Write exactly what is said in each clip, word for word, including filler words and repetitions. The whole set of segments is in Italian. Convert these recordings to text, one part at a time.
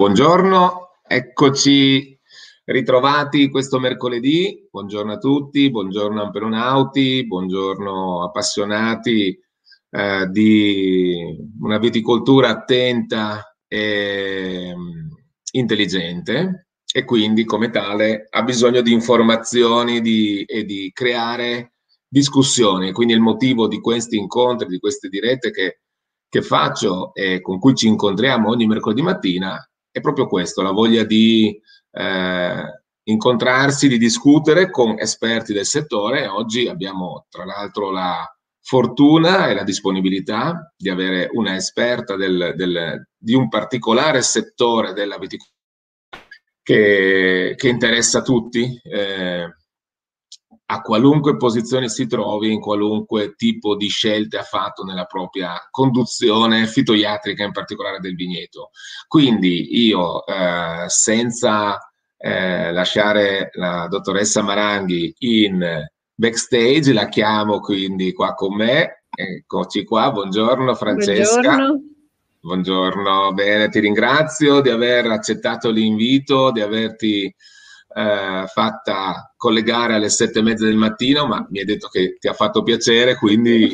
Buongiorno, eccoci ritrovati questo mercoledì. Buongiorno a tutti, buongiorno amperonauti, buongiorno appassionati eh, di una viticoltura attenta e mm, intelligente, e quindi come tale ha bisogno di informazioni di- e di creare discussioni. Quindi il motivo di questi incontri, di queste dirette che che faccio e con cui ci incontriamo ogni mercoledì mattina è proprio questo: la voglia di eh, incontrarsi, di discutere con esperti del settore. Oggi abbiamo tra l'altro la fortuna e la disponibilità di avere una esperta del, del, di un particolare settore della viticoltura che, che interessa tutti, eh, a qualunque posizione si trovi, in qualunque tipo di scelte ha fatto nella propria conduzione fitoiatrica, in particolare del vigneto. Quindi io, eh, senza eh, lasciare la dottoressa Maranghi in backstage, la chiamo quindi qua con me. Eccoci qua, buongiorno Francesca. Buongiorno. Buongiorno, bene, ti ringrazio di aver accettato l'invito, di averti eh, fatta collegare alle sette e mezza del mattino, ma mi hai detto che ti ha fatto piacere, quindi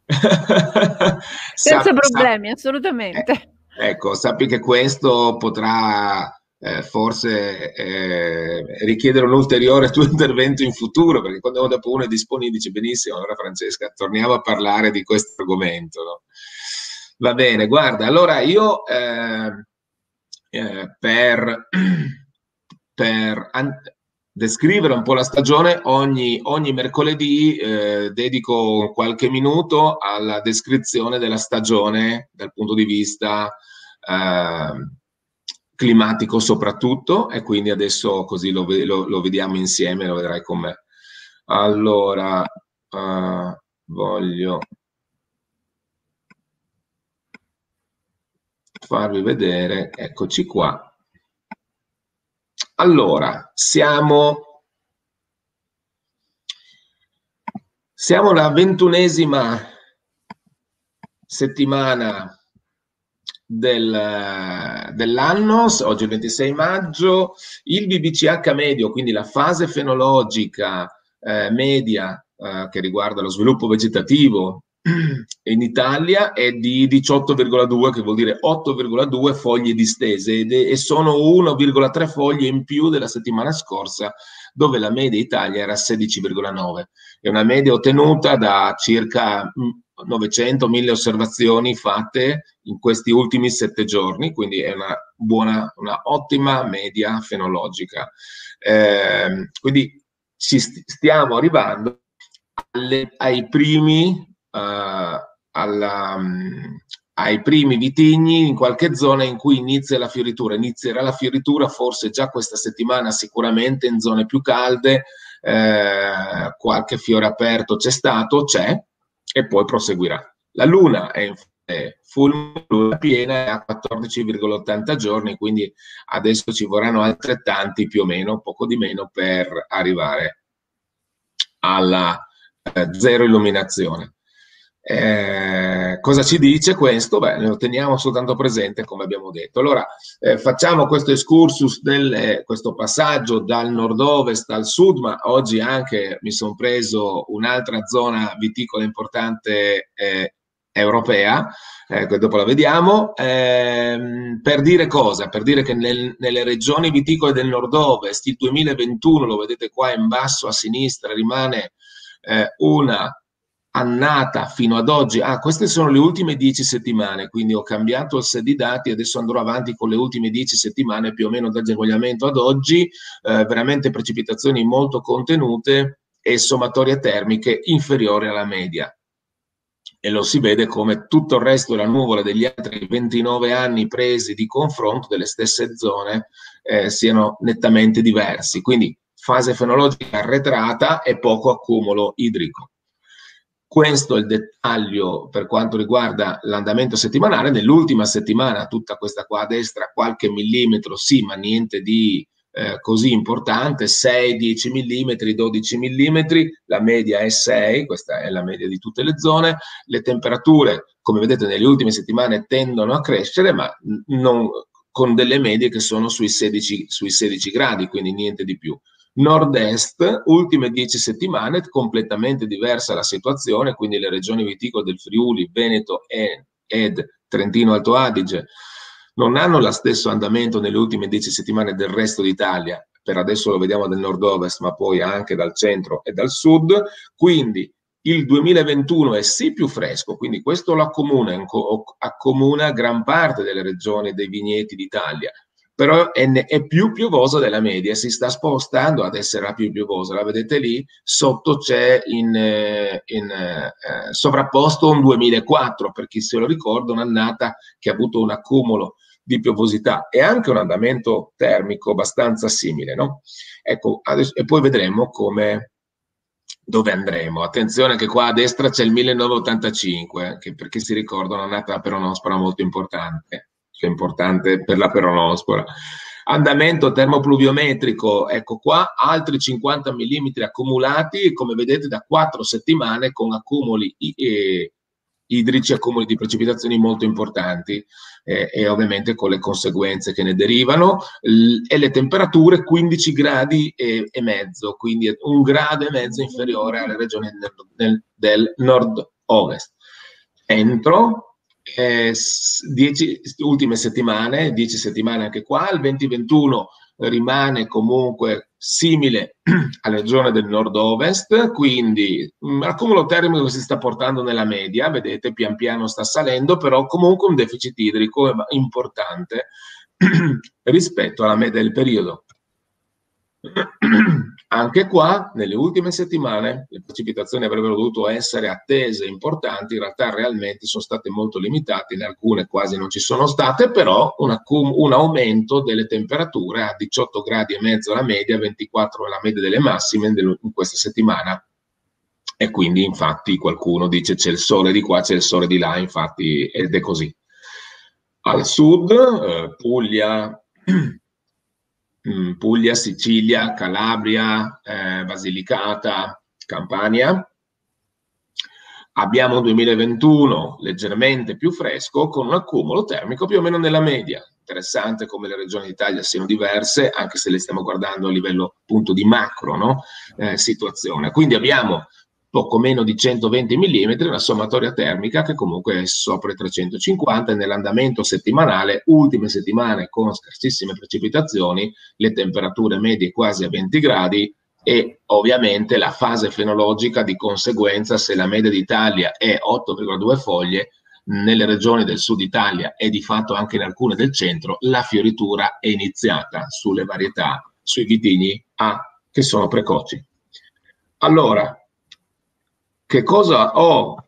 Senza sappi, sappi- problemi, eh, assolutamente. ecco, sappi che questo potrà eh, forse eh, richiedere un ulteriore tuo intervento in futuro, perché quando dopo uno è disponibile dice benissimo, allora Francesca, torniamo a parlare di questo argomento, no? Va bene, guarda, allora io eh, eh, per, per an- descrivere un po' la stagione, ogni, ogni mercoledì eh, dedico qualche minuto alla descrizione della stagione dal punto di vista eh, climatico soprattutto, e quindi adesso così lo, lo, lo vediamo insieme, lo vedrai con me. Allora, eh, voglio farvi vedere, eccoci qua. Allora, siamo, siamo alla ventunesima settimana del, dell'anno, oggi è il ventisei maggio. Il B B C H medio, quindi la fase fenologica eh, media eh, che riguarda lo sviluppo vegetativo in Italia è di diciotto virgola due, che vuol dire otto virgola due foglie distese, ed è, e sono uno virgola tre foglie in più della settimana scorsa, dove la media Italia era sedici virgola nove. È una media ottenuta da circa novecento mille osservazioni fatte in questi ultimi sette giorni, quindi è una buona, una ottima media fenologica. Eh, quindi ci stiamo arrivando alle, ai primi Uh, alla, um, ai primi vitigni in qualche zona in cui inizia la fioritura. Inizierà la fioritura forse già questa settimana, sicuramente in zone più calde, eh, qualche fiore aperto c'è stato, c'è, e poi proseguirà. La luna è in full luna piena, è a quattordici virgola ottanta giorni, quindi adesso ci vorranno altrettanti più o meno, poco di meno, per arrivare alla eh, zero illuminazione. Eh, cosa ci dice questo? Beh, lo teniamo soltanto presente, come abbiamo detto. Allora, eh, facciamo questo excursus, del, eh, questo passaggio dal nord-ovest al sud, ma oggi anche mi sono preso un'altra zona viticola importante eh, europea, eh, dopo la vediamo. Eh, per dire cosa? Per dire che nel, nelle regioni viticole del nord-ovest il duemilaventuno, lo vedete qua in basso a sinistra, rimane eh, una annata fino ad oggi. Ah, queste sono le ultime dieci settimane, quindi ho cambiato il set di dati, adesso andrò avanti con le ultime dieci settimane, più o meno dal germogliamento ad oggi, eh, veramente precipitazioni molto contenute e sommatorie termiche inferiori alla media. E lo si vede come tutto il resto della nuvola degli altri ventinove anni presi di confronto delle stesse zone eh, siano nettamente diversi. Quindi fase fenologica arretrata e poco accumulo idrico. Questo è il dettaglio per quanto riguarda l'andamento settimanale. Nell'ultima settimana, tutta questa qua a destra, qualche millimetro, sì, ma niente di eh, così importante, sei dieci millimetri, dodici millimetri, la media è sei, questa è la media di tutte le zone. Le temperature, come vedete, nelle ultime settimane tendono a crescere, ma non, con delle medie che sono sui sedici, sui sedici gradi, quindi niente di più. Nord-est, ultime dieci settimane, completamente diversa la situazione, quindi le regioni viticole del Friuli, Veneto e, ed Trentino Alto Adige non hanno lo stesso andamento nelle ultime dieci settimane del resto d'Italia, per adesso lo vediamo del nord-ovest, ma poi anche dal centro e dal sud, quindi il duemilaventuno è sì più fresco, quindi questo lo accomuna, accomuna gran parte delle regioni dei vigneti d'Italia, però è, è più piovosa della media, si sta spostando ad essere la più piovosa, la vedete lì, sotto c'è in, in eh, sovrapposto un duemilaquattro, per chi se lo ricorda, un'annata che ha avuto un accumulo di piovosità e anche un andamento termico abbastanza simile, no? Ecco, adesso, e poi vedremo come, dove andremo. Attenzione che qua a destra c'è il millenovecentottantacinque, che per chi si ricorda è un'annata peronospora molto importante, cioè importante per la peronospora. Andamento termopluviometrico, ecco qua, altri cinquanta millimetri accumulati, come vedete da quattro settimane con accumuli eh, idrici, accumuli di precipitazioni molto importanti eh, e ovviamente con le conseguenze che ne derivano, l- e le temperature quindici gradi e, e mezzo, quindi un grado e mezzo inferiore alle regioni del, del, del nord-ovest. Entro eh, dieci ultime settimane, dieci settimane anche qua, il venti ventuno rimane comunque simile alla regione del nord-ovest, quindi un accumulo termico che si sta portando nella media, vedete pian piano sta salendo, però comunque un deficit idrico importante rispetto alla media del periodo. Anche qua, nelle ultime settimane, le precipitazioni avrebbero dovuto essere attese importanti, in realtà realmente sono state molto limitate, in alcune quasi non ci sono state, però un, un aumento delle temperature a diciotto gradi e mezzo la media, ventiquattro la media delle massime in questa settimana. E quindi infatti qualcuno dice c'è il sole di qua, c'è il sole di là, infatti, ed è così. Al sud, eh, Puglia, Puglia, Sicilia, Calabria, eh, Basilicata, Campania. Abbiamo un duemilaventuno leggermente più fresco con un accumulo termico più o meno nella media. Interessante come le regioni d'Italia siano diverse, anche se le stiamo guardando a livello appunto di macro, no? eh, situazione. Quindi abbiamo poco meno di centoventi millimetri, una sommatoria termica che comunque è sopra i trecentocinquanta, e nell'andamento settimanale, ultime settimane con scarsissime precipitazioni, le temperature medie quasi a venti gradi, e ovviamente la fase fenologica di conseguenza, se la media d'Italia è otto virgola due foglie, nelle regioni del sud Italia e di fatto anche in alcune del centro, la fioritura è iniziata sulle varietà, sui vitigni A che sono precoci. Allora, che cosa ho?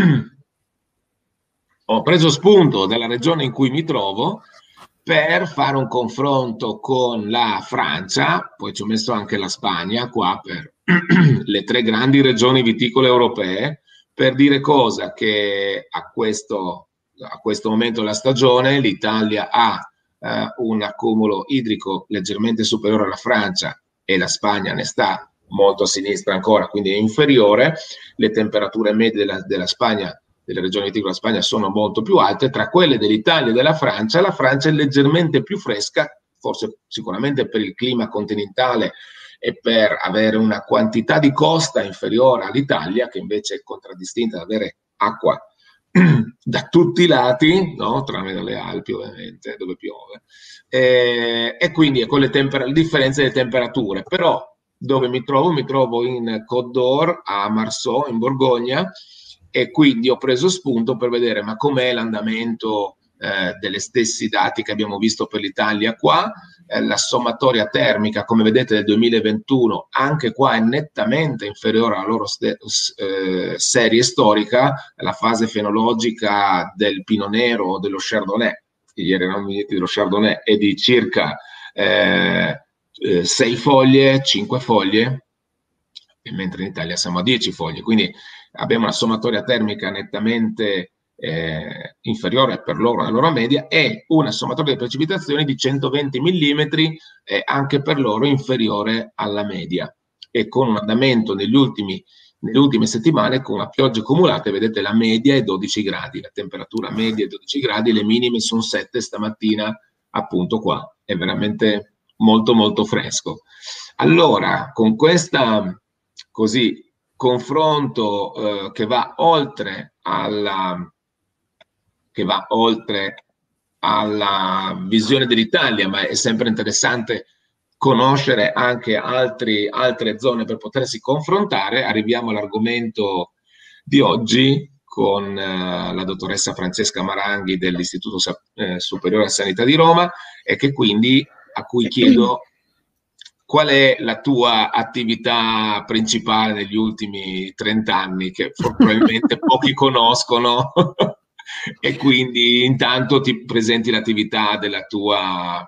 Ho preso spunto dalla regione in cui mi trovo per fare un confronto con la Francia, poi ci ho messo anche la Spagna qua per le tre grandi regioni viticole europee, per dire cosa che a questo, a questo momento della stagione l'Italia ha eh, un accumulo idrico leggermente superiore alla Francia e la Spagna ne sta molto a sinistra ancora, quindi è inferiore. Le temperature medie della, della Spagna, delle regioni viticole della Spagna, sono molto più alte. Tra quelle dell'Italia e della Francia, la Francia è leggermente più fresca, forse sicuramente per il clima continentale e per avere una quantità di costa inferiore all'Italia, che invece è contraddistinta da avere acqua da tutti i lati, no? Tranne dalle Alpi ovviamente, dove piove, e, e quindi con le temper- differenze delle temperature. Però dove mi trovo? Mi trovo in Côte d'Or, a Marceau, in Borgogna, e quindi ho preso spunto per vedere ma com'è l'andamento eh, delle stessi dati che abbiamo visto per l'Italia qua. Eh, la sommatoria termica, come vedete, del duemilaventuno, anche qua è nettamente inferiore alla loro eh, serie storica. La fase fenologica del Pinot Nero o dello Chardonnay, ieri erano vigneti dello Chardonnay, è di circa eh, eh, sei foglie, cinque foglie, mentre in Italia siamo a dieci foglie, quindi abbiamo una sommatoria termica nettamente eh, inferiore per loro alla loro media, e una sommatoria di precipitazioni di centoventi millimetri eh, anche per loro inferiore alla media, e con un andamento negli ultimi, nelle ultime settimane con una pioggia accumulata. Vedete, la media è dodici gradi, la temperatura media è dodici gradi, le minime sono sette stamattina appunto qua è veramente molto molto fresco. Allora, con questa così confronto eh, che va oltre alla che va oltre alla visione dell'Italia, ma è sempre interessante conoscere anche altri, altre zone per potersi confrontare. Arriviamo all'argomento di oggi con eh, la dottoressa Francesca Maranghi dell'Istituto Sa- eh, Superiore a Sanità di Roma, e che quindi a cui chiedo qual è la tua attività principale negli ultimi trenta anni, che probabilmente pochi conoscono, e quindi intanto ti presenti l'attività della tua,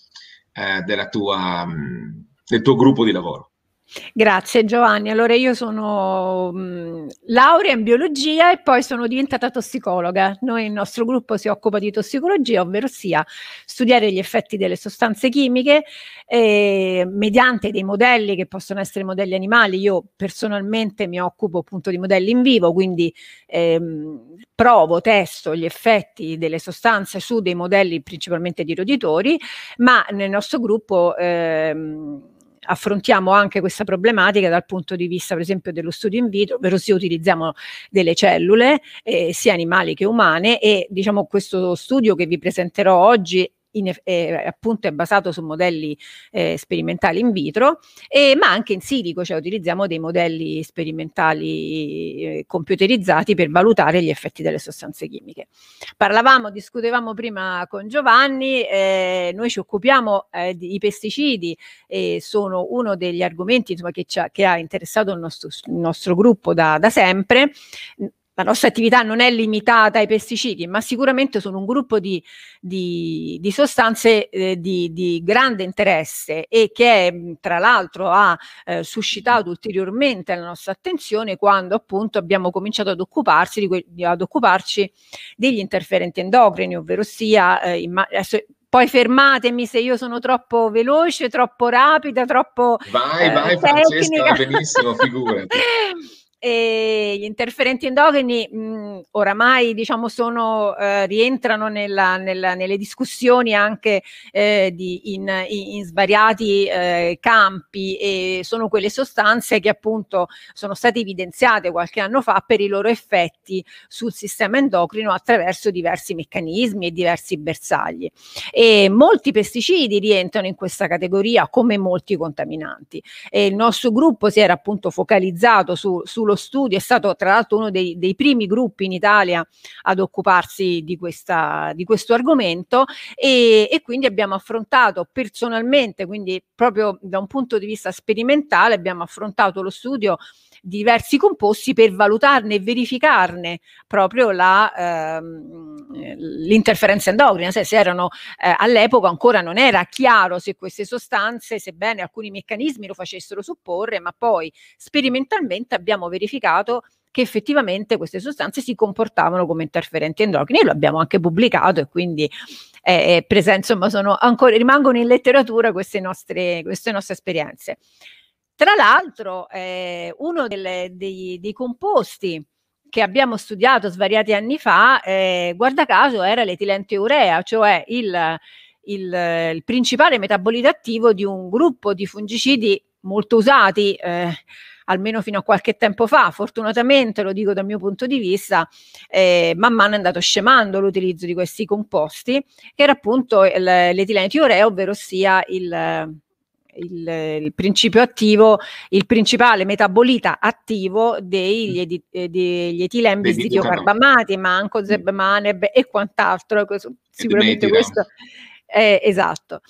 eh, della tua, mh, del tuo gruppo di lavoro. Grazie Giovanni. Allora io sono mh, laurea in biologia e poi sono diventata tossicologa. Noi, il nostro gruppo si occupa di tossicologia, ovvero sia studiare gli effetti delle sostanze chimiche eh, mediante dei modelli che possono essere modelli animali. Io personalmente mi occupo appunto di modelli in vivo, quindi ehm, provo, testo gli effetti delle sostanze su dei modelli principalmente di roditori, ma nel nostro gruppo ehm, affrontiamo anche questa problematica dal punto di vista, per esempio, dello studio in vitro, ovvero sia utilizziamo delle cellule, eh, sia animali che umane, e diciamo questo studio che vi presenterò oggi in, eh, appunto è basato su modelli eh, sperimentali in vitro, eh, ma anche in silico, cioè utilizziamo dei modelli sperimentali eh, computerizzati per valutare gli effetti delle sostanze chimiche. Parlavamo, discutevamo prima con Giovanni, eh, noi ci occupiamo eh, di pesticidi, e sono uno degli argomenti insomma, che, ci ha, che ha interessato il nostro, il nostro gruppo da, da sempre. La nostra attività non è limitata ai pesticidi, ma sicuramente sono un gruppo di, di, di sostanze eh, di, di grande interesse, e che tra l'altro ha eh, suscitato ulteriormente la nostra attenzione quando appunto abbiamo cominciato ad occuparsi di que- ad occuparci degli interferenti endocrini, ovvero sia eh, imma- adesso, poi fermatemi se io sono troppo veloce, troppo rapida, troppo Vai, eh, vai Francesca, tecnica. va benissimo, figurati. E gli interferenti endocrini mh, oramai diciamo sono, eh, rientrano nella, nella, nelle discussioni anche eh, di, in, in, in svariati eh, campi, e sono quelle sostanze che appunto sono state evidenziate qualche anno fa per i loro effetti sul sistema endocrino attraverso diversi meccanismi e diversi bersagli, e molti pesticidi rientrano in questa categoria come molti contaminanti, e il nostro gruppo si era appunto focalizzato su, sullo studio, è stato tra l'altro uno dei, dei primi gruppi in Italia ad occuparsi di, questa, di questo argomento, e, e quindi abbiamo affrontato personalmente, quindi proprio da un punto di vista sperimentale, abbiamo affrontato lo studio di diversi composti per valutarne e verificarne proprio la, ehm, l'interferenza endocrina, se, se erano eh, all'epoca ancora non era chiaro se queste sostanze, sebbene alcuni meccanismi lo facessero supporre, ma poi sperimentalmente abbiamo verificato che effettivamente queste sostanze si comportavano come interferenti endocrini, e lo abbiamo anche pubblicato, e quindi è presente, insomma, sono ancora, rimangono in letteratura queste nostre, queste nostre esperienze. Tra l'altro, eh, uno delle, dei, dei composti che abbiamo studiato svariati anni fa, eh, guarda caso, era l'etilenteurea, cioè il, il, il principale metabolite attivo di un gruppo di fungicidi molto usati, eh, almeno fino a qualche tempo fa. Fortunatamente, lo dico dal mio punto di vista, eh, man mano è andato scemando l'utilizzo di questi composti, che era appunto l'etilenteurea, ovvero sia il... Il, il principio attivo, il principale metabolita attivo degli, edi, eh, degli etilembis di tiocarbamati, mancozeb, maneb e quant'altro. Sicuramente questo è esatto.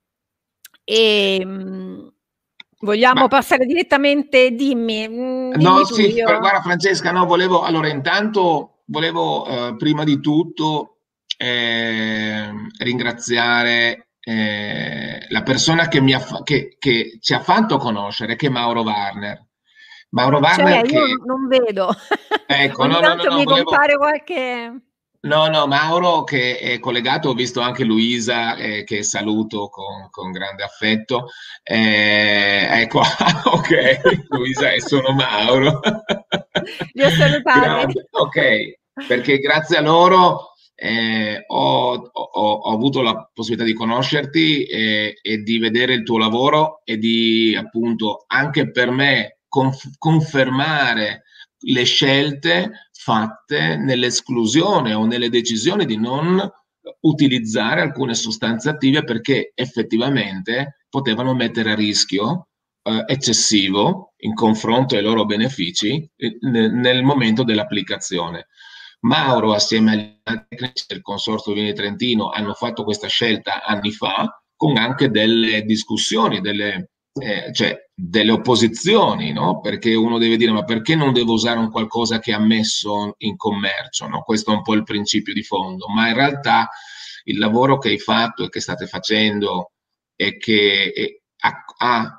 E mh, vogliamo Ma, passare direttamente? Dimmi, mh, dimmi no, tu, sì, io... guarda Francesca, no, volevo, allora intanto volevo eh, prima di tutto eh, ringraziare eh, la persona che, mi ha, che, che ci ha fatto conoscere, che è Mauro Warner. Mauro Warner cioè, che... io non vedo, Ecco, ogni no, no, no, tanto no, mi volevo... compare qualche... No, no, Mauro che è collegato, ho visto anche Luisa eh, che saluto con, con grande affetto. Eh, ecco, ok, Luisa e sono Mauro. Li ho salutati. Grande, ok, perché grazie a loro Eh, ho, ho, ho avuto la possibilità di conoscerti e, e di vedere il tuo lavoro e di appunto anche per me conf- confermare le scelte fatte nell'esclusione o nelle decisioni di non utilizzare alcune sostanze attive perché effettivamente potevano mettere a rischio eh, eccessivo in confronto ai loro benefici eh, nel momento dell'applicazione. Mauro, assieme agli altri tecnici del Consorzio Vieni Trentino, hanno fatto questa scelta anni fa, con anche delle discussioni, delle, eh, cioè, delle opposizioni, no? Perché uno deve dire, ma perché non devo usare un qualcosa che è ammesso in commercio? No? Questo è un po' il principio di fondo, ma in realtà il lavoro che hai fatto e che state facendo e che e, ha, ha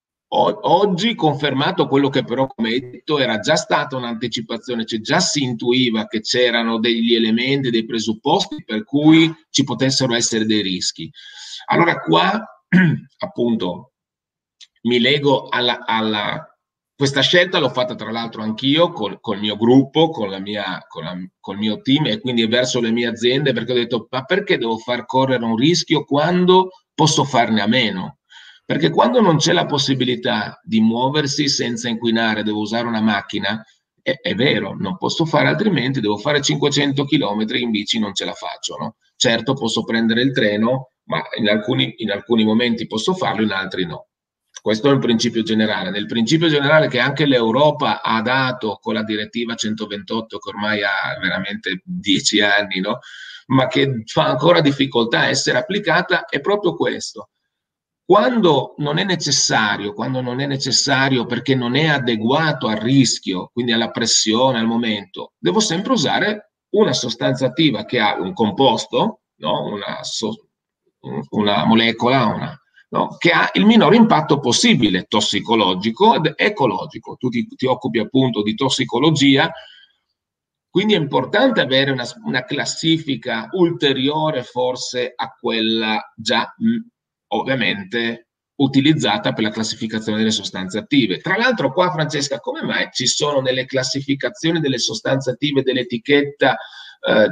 oggi confermato quello che però, come hai detto, era già stata un'anticipazione, cioè già si intuiva che c'erano degli elementi, dei presupposti per cui ci potessero essere dei rischi. Allora qua, appunto, mi lego alla, alla questa scelta l'ho fatta tra l'altro anch'io col, col mio gruppo, con la mia, con la, col mio team e quindi verso le mie aziende, perché ho detto, ma perché devo far correre un rischio quando posso farne a meno? Perché quando non c'è la possibilità di muoversi senza inquinare, devo usare una macchina, è, è vero, non posso fare altrimenti, devo fare cinquecento chilometri in bici, non ce la faccio, no? Certo, posso prendere il treno, ma in alcuni, in alcuni momenti posso farlo, in altri no. Questo è il principio generale. Nel principio generale che anche l'Europa ha dato con la direttiva centoventotto, che ormai ha veramente dieci anni, no? Ma che fa ancora difficoltà a essere applicata, è proprio questo. Quando non è necessario, quando non è necessario perché non è adeguato al rischio, quindi alla pressione, al momento, devo sempre usare una sostanza attiva che ha un composto, no? una, so, una molecola, una, no? Che ha il minor impatto possibile, tossicologico ed ecologico. Tu ti, ti occupi appunto di tossicologia, quindi è importante avere una, una classifica ulteriore forse a quella già mh, ovviamente utilizzata per la classificazione delle sostanze attive. Tra l'altro qua, Francesca, come mai ci sono nelle classificazioni delle sostanze attive dell'etichetta eh,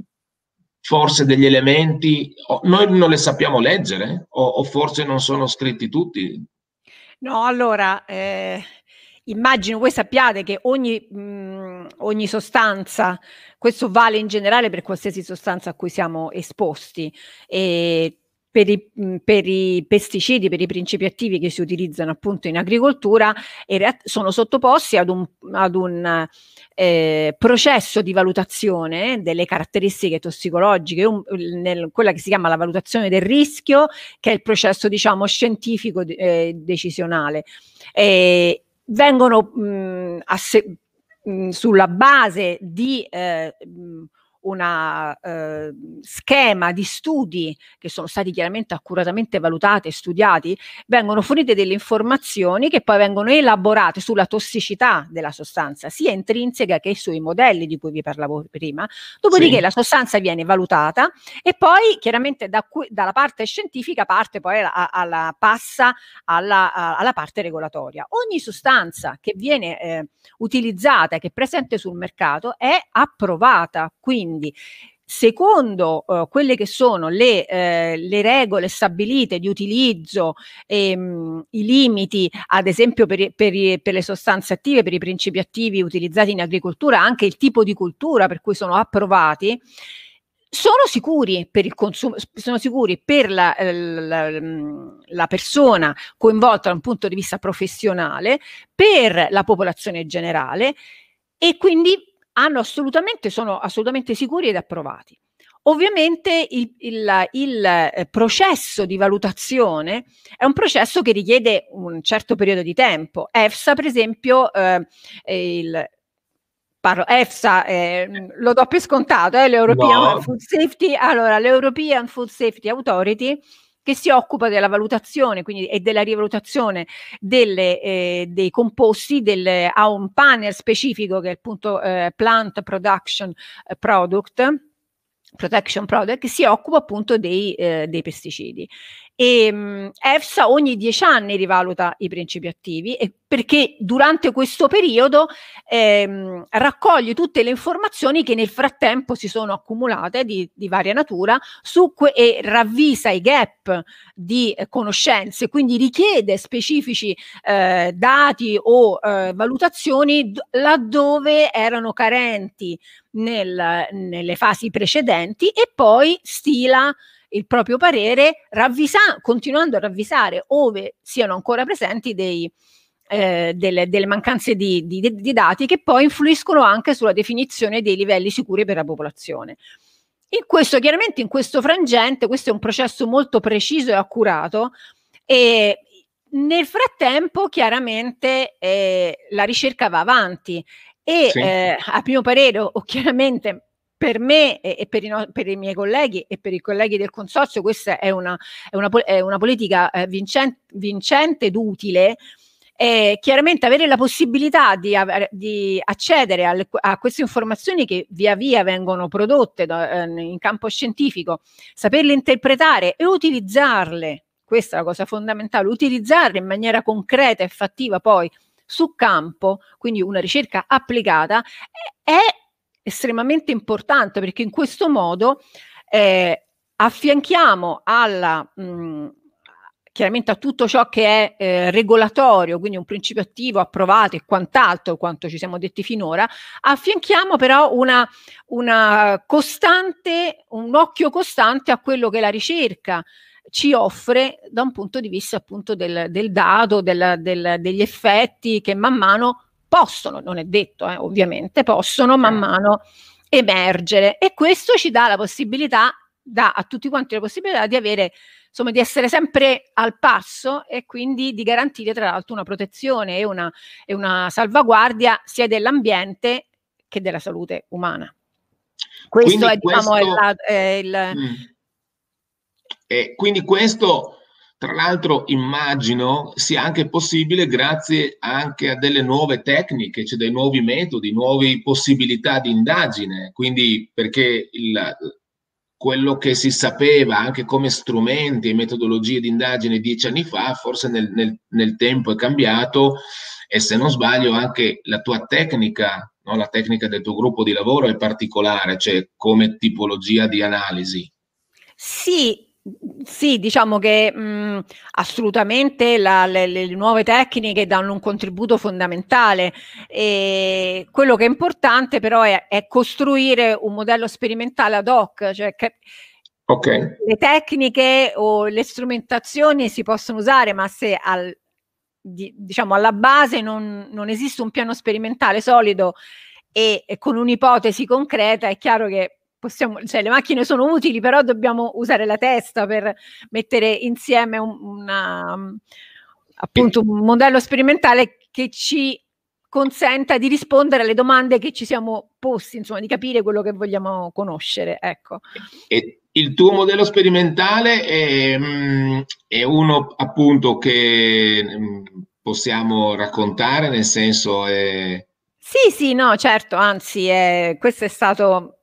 forse degli elementi, noi non le sappiamo leggere o, o forse non sono scritti tutti? No, allora, eh, immagino voi sappiate che ogni, mh, ogni sostanza, questo vale in generale per qualsiasi sostanza a cui siamo esposti, e per i, mh, per i pesticidi, per i principi attivi che si utilizzano appunto in agricoltura, in realtà sono sottoposti ad un, ad un eh, processo di valutazione delle caratteristiche tossicologiche, un, nel, quella che si chiama la valutazione del rischio, che è il processo, diciamo, scientifico eh, decisionale. Eh, vengono mh, asse- mh, sulla base di eh, mh, una eh, schema di studi che sono stati chiaramente accuratamente valutati e studiati, vengono fornite delle informazioni che poi vengono elaborate sulla tossicità della sostanza, sia intrinseca che sui modelli di cui vi parlavo prima. Dopodiché sì, la sostanza viene valutata e poi chiaramente da cui, dalla parte scientifica parte poi a, alla, passa alla, a, alla parte regolatoria. Ogni sostanza che viene eh, utilizzata e che è presente sul mercato è approvata, quindi Quindi, secondo uh, quelle che sono le, eh, le regole stabilite di utilizzo, ehm, i limiti, ad esempio per, per, per le sostanze attive, per i principi attivi utilizzati in agricoltura, anche il tipo di cultura per cui sono approvati, sono sicuri per il consumo, sono sicuri per la, la, la persona coinvolta da un punto di vista professionale, per la popolazione generale, e quindi hanno assolutamente, sono assolutamente sicuri ed approvati. Ovviamente il, il, il eh, processo di valutazione è un processo che richiede un certo periodo di tempo. EFSA, per esempio, eh, il, parlo EFSA, eh, lo do per scontato, eh, l'European No. Food Safety, allora l'European Food Safety Authority, che si occupa della valutazione quindi, e della rivalutazione delle, eh, dei composti, del, ha un panel specifico che è appunto eh, Plant Production Product, Protection Product, che si occupa appunto dei, eh, dei pesticidi. E mh, EFSA ogni dieci anni rivaluta i principi attivi, e perché durante questo periodo ehm, raccoglie tutte le informazioni che nel frattempo si sono accumulate di, di varia natura su que- e ravvisa i gap di eh, conoscenze, quindi richiede specifici eh, dati o eh, valutazioni d- laddove erano carenti nel, nelle fasi precedenti, e poi stila il proprio parere, ravvisa- continuando a ravvisare ove siano ancora presenti dei, eh, delle, delle mancanze di, di, di dati, che poi influiscono anche sulla definizione dei livelli sicuri per la popolazione. In questo, chiaramente in questo frangente, questo è un processo molto preciso e accurato, e nel frattempo chiaramente eh, la ricerca va avanti, e Sì. eh, a mio parere, o, o chiaramente per me e, e per, i no, per i miei colleghi e per i colleghi del consorzio, questa è una, è una, è una politica eh, vincente, vincente ed utile. Eh, chiaramente avere la possibilità di, di accedere alle, a queste informazioni che via via vengono prodotte da, eh, in campo scientifico, saperle interpretare e utilizzarle, questa è la cosa fondamentale, utilizzarle in maniera concreta e fattiva poi su campo, quindi una ricerca applicata, è, è estremamente importante, perché in questo modo eh, affianchiamo alla mh, chiaramente a tutto ciò che è eh, regolatorio, quindi un principio attivo approvato e quant'altro, quanto ci siamo detti finora, affianchiamo però una, una costante, un occhio costante a quello che la ricerca ci offre da un punto di vista appunto del, del dato, del, del, degli effetti che man mano possono, non è detto eh, ovviamente, possono man mano emergere, e questo ci dà la possibilità, dà a tutti quanti la possibilità di avere, insomma, di essere sempre al passo, e quindi di garantire tra l'altro una protezione e una, e una salvaguardia sia dell'ambiente che della salute umana. Questo Quindi è, diciamo, questo, è la, è il... mm, e quindi questo, tra l'altro, immagino sia anche possibile grazie anche a delle nuove tecniche, cioè dei nuovi metodi, nuove possibilità di indagine. Quindi, perché il, quello che si sapeva anche come strumenti e metodologie di indagine dieci anni fa, forse nel, nel, nel tempo è cambiato, e se non sbaglio anche la tua tecnica, no? La tecnica del tuo gruppo di lavoro è particolare, cioè come tipologia di analisi. Sì, sì, diciamo che mh, assolutamente la, le, le nuove tecniche danno un contributo fondamentale, e quello che è importante però è, è costruire un modello sperimentale ad hoc, cioè che Okay. le tecniche o le strumentazioni si possono usare, ma se al, di, diciamo alla base non, non esiste un piano sperimentale solido e, e con un'ipotesi concreta, è chiaro che possiamo, cioè le macchine sono utili, però dobbiamo usare la testa per mettere insieme un, una, appunto un modello sperimentale che ci consenta di rispondere alle domande che ci siamo posti, insomma, di capire quello che vogliamo conoscere, ecco. E il tuo modello sperimentale è, mm, è uno appunto che mm, possiamo raccontare, nel senso è... Sì, sì, no, certo, anzi, eh, questo è stato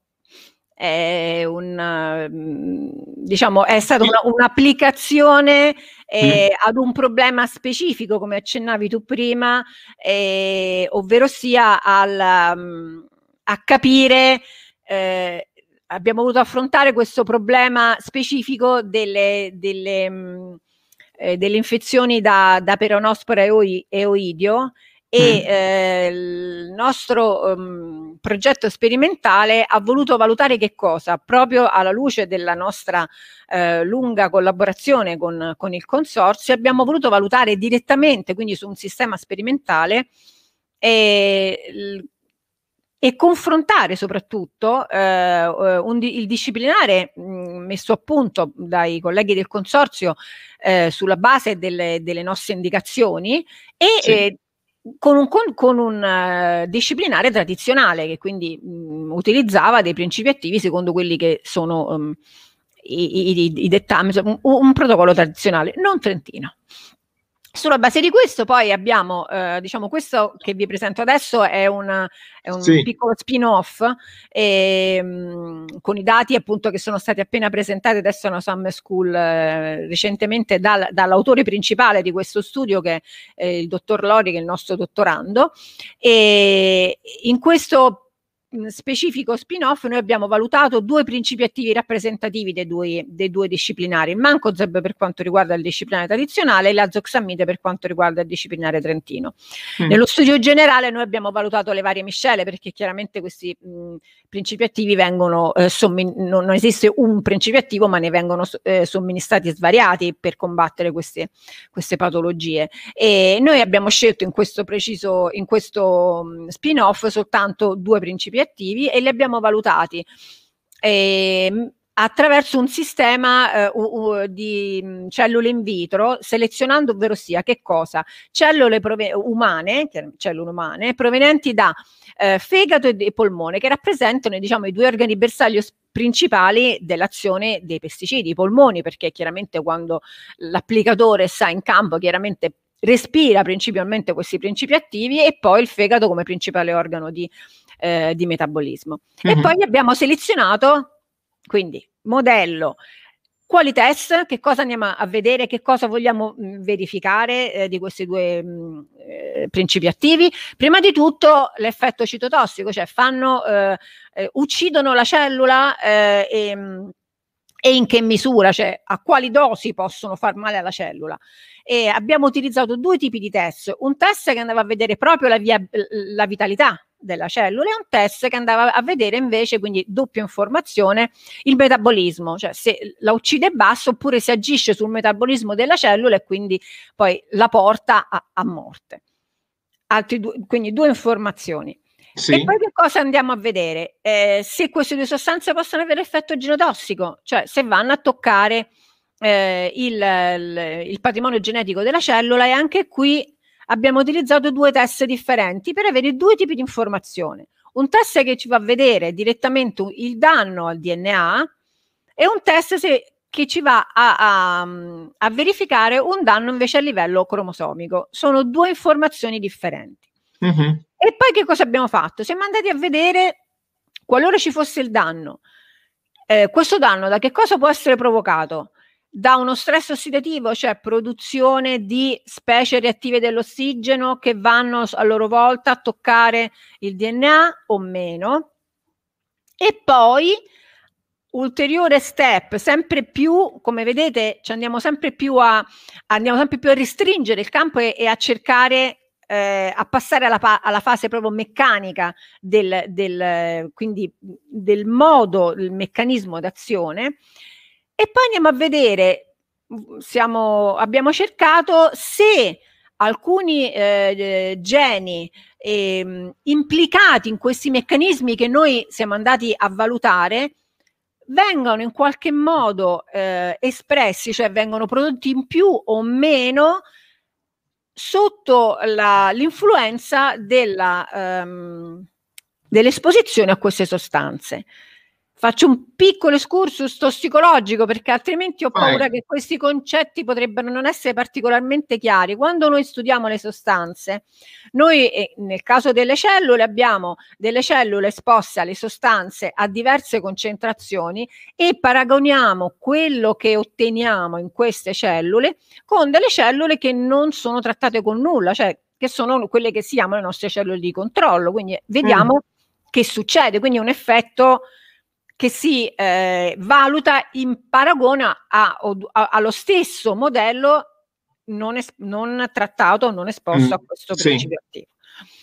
eh, un, mm, diciamo, è stata una, un'applicazione eh, ad un problema specifico, come accennavi tu prima, eh, ovvero sia al, um, a capire, eh, abbiamo voluto affrontare questo problema specifico delle, delle, mh, eh, delle infezioni da, da peronospora e oidio, e eh, il nostro um, progetto sperimentale ha voluto valutare che cosa, proprio alla luce della nostra eh, lunga collaborazione con, con il consorzio, abbiamo voluto valutare direttamente, quindi su un sistema sperimentale, e, e confrontare soprattutto eh, un, il disciplinare mh, messo a punto dai colleghi del consorzio eh, sulla base delle, delle nostre indicazioni, e Sì. eh, con un, con, con un uh, disciplinare tradizionale, che quindi mh, utilizzava dei principi attivi secondo quelli che sono um, i, i, i dettami, un, un protocollo tradizionale, non trentino. Sulla base di questo poi abbiamo, eh, diciamo, questo che vi presento adesso è un, è un sì. piccolo spin-off ehm, con i dati appunto che sono stati appena presentati adesso a una Summer School eh, recentemente dal, dall'autore principale di questo studio, che è il dottor Lori, che è il nostro dottorando, e in questo specifico spin-off noi abbiamo valutato due principi attivi rappresentativi dei due, dei due disciplinari, il mancozeb per quanto riguarda il disciplinare tradizionale e l'azoxamide per quanto riguarda il disciplinare trentino. Mm. Nello studio generale noi abbiamo valutato le varie miscele, perché chiaramente questi mh, principi attivi vengono eh, sommin- non, non esiste un principio attivo, ma ne vengono eh, somministrati svariati per combattere queste, queste patologie, e noi abbiamo scelto in questo preciso in questo mh, spin-off soltanto due principi attivi e li abbiamo valutati eh, attraverso un sistema eh, u, u, di mh, cellule in vitro, selezionando, ovvero sia che cosa? Cellule prove- umane, cellule umane provenienti da eh, fegato e, e polmone, che rappresentano, diciamo, i due organi bersaglio principali dell'azione dei pesticidi. I polmoni, perché chiaramente quando l'applicatore sta in campo, chiaramente respira principalmente questi principi attivi, e poi il fegato come principale organo di Eh, di metabolismo. Mm-hmm. E poi abbiamo selezionato, quindi, modello, quali test, che cosa andiamo a vedere, che cosa vogliamo mh, verificare eh, di questi due mh, eh, principi attivi. Prima di tutto l'effetto citotossico, cioè fanno, eh, eh, uccidono la cellula eh, e, mh, e in che misura, cioè a quali dosi possono far male alla cellula. E abbiamo utilizzato due tipi di test, un test che andava a vedere proprio la, via, la vitalità della cellula e un test che andava a vedere invece, quindi doppia informazione, il metabolismo, cioè se la uccide basso oppure se agisce sul metabolismo della cellula e quindi poi la porta a, a morte. Altri due, quindi due informazioni. Sì. E poi che cosa andiamo a vedere? Eh, se queste due sostanze possono avere effetto genotossico, cioè se vanno a toccare eh, il, il, il patrimonio genetico della cellula, e anche qui abbiamo utilizzato due test differenti per avere due tipi di informazione. Un test che ci fa vedere direttamente il danno al D N A e un test se, che ci va a, a, a verificare un danno invece a livello cromosomico. Sono due informazioni differenti. Mm-hmm. E poi che cosa abbiamo fatto? Siamo andati a vedere, qualora ci fosse il danno, eh, questo danno da che cosa può essere provocato? Da uno stress ossidativo, cioè produzione di specie reattive dell'ossigeno che vanno a loro volta a toccare il D N A o meno. E poi ulteriore step, sempre più, come vedete, ci andiamo sempre più a andiamo sempre più a restringere il campo e, e a cercare eh, a passare alla, alla fase proprio meccanica del, del quindi del modo, il meccanismo d'azione. E poi andiamo a vedere, siamo, abbiamo cercato se alcuni eh, geni eh, implicati in questi meccanismi che noi siamo andati a valutare vengono in qualche modo eh, espressi, cioè vengono prodotti in più o meno sotto la, l'influenza della, um, dell'esposizione a queste sostanze. Faccio un piccolo excursus tossicologico perché altrimenti ho paura Vai. che questi concetti potrebbero non essere particolarmente chiari. Quando noi studiamo le sostanze, noi eh, nel caso delle cellule abbiamo delle cellule esposte alle sostanze a diverse concentrazioni e paragoniamo quello che otteniamo in queste cellule con delle cellule che non sono trattate con nulla, cioè che sono quelle che si chiamano le nostre cellule di controllo. Quindi vediamo mm. che succede, quindi un effetto che si eh, valuta in paragone a, a, allo stesso modello non, es, non trattato, non esposto mm, a questo principio sì. attivo.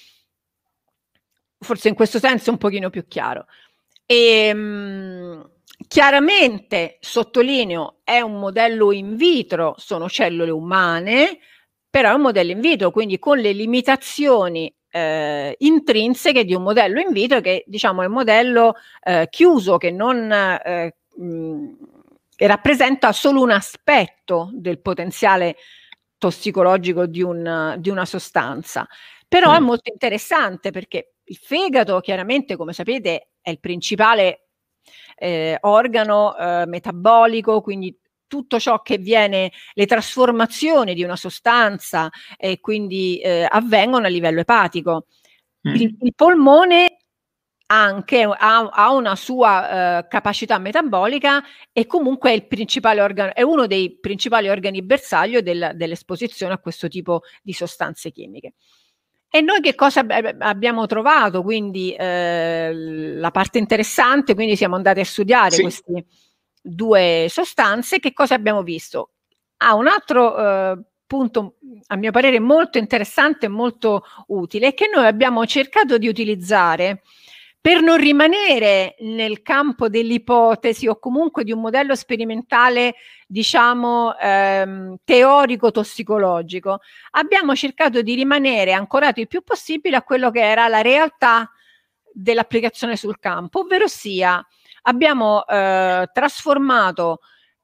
Forse in questo senso è un pochino più chiaro. E, mh, chiaramente, sottolineo, è un modello in vitro, sono cellule umane, però è un modello in vitro, quindi con le limitazioni Eh, intrinseche di un modello in vitro che, diciamo, è un modello eh, chiuso che non eh, mh, che rappresenta solo un aspetto del potenziale tossicologico di, un, di una sostanza, però mm. è molto interessante perché il fegato, chiaramente, come sapete, è il principale eh, organo eh, metabolico, quindi tutto ciò che viene, le trasformazioni di una sostanza e quindi eh, avvengono a livello epatico. Mm. Il, il polmone anche ha, ha una sua eh, capacità metabolica e comunque è il principale organo, è uno dei principali organi bersaglio del, dell'esposizione a questo tipo di sostanze chimiche. E noi che cosa ab- abbiamo trovato? Quindi eh, la parte interessante, quindi siamo andati a studiare sì. queste due sostanze. Che cosa abbiamo visto? Ah, un altro eh, punto, a mio parere, molto interessante e molto utile, è che noi abbiamo cercato di utilizzare, per non rimanere nel campo dell'ipotesi o comunque di un modello sperimentale, diciamo, ehm, teorico-tossicologico, abbiamo cercato di rimanere ancorati il più possibile a quello che era la realtà dell'applicazione sul campo, ovvero sia abbiamo eh, trasformato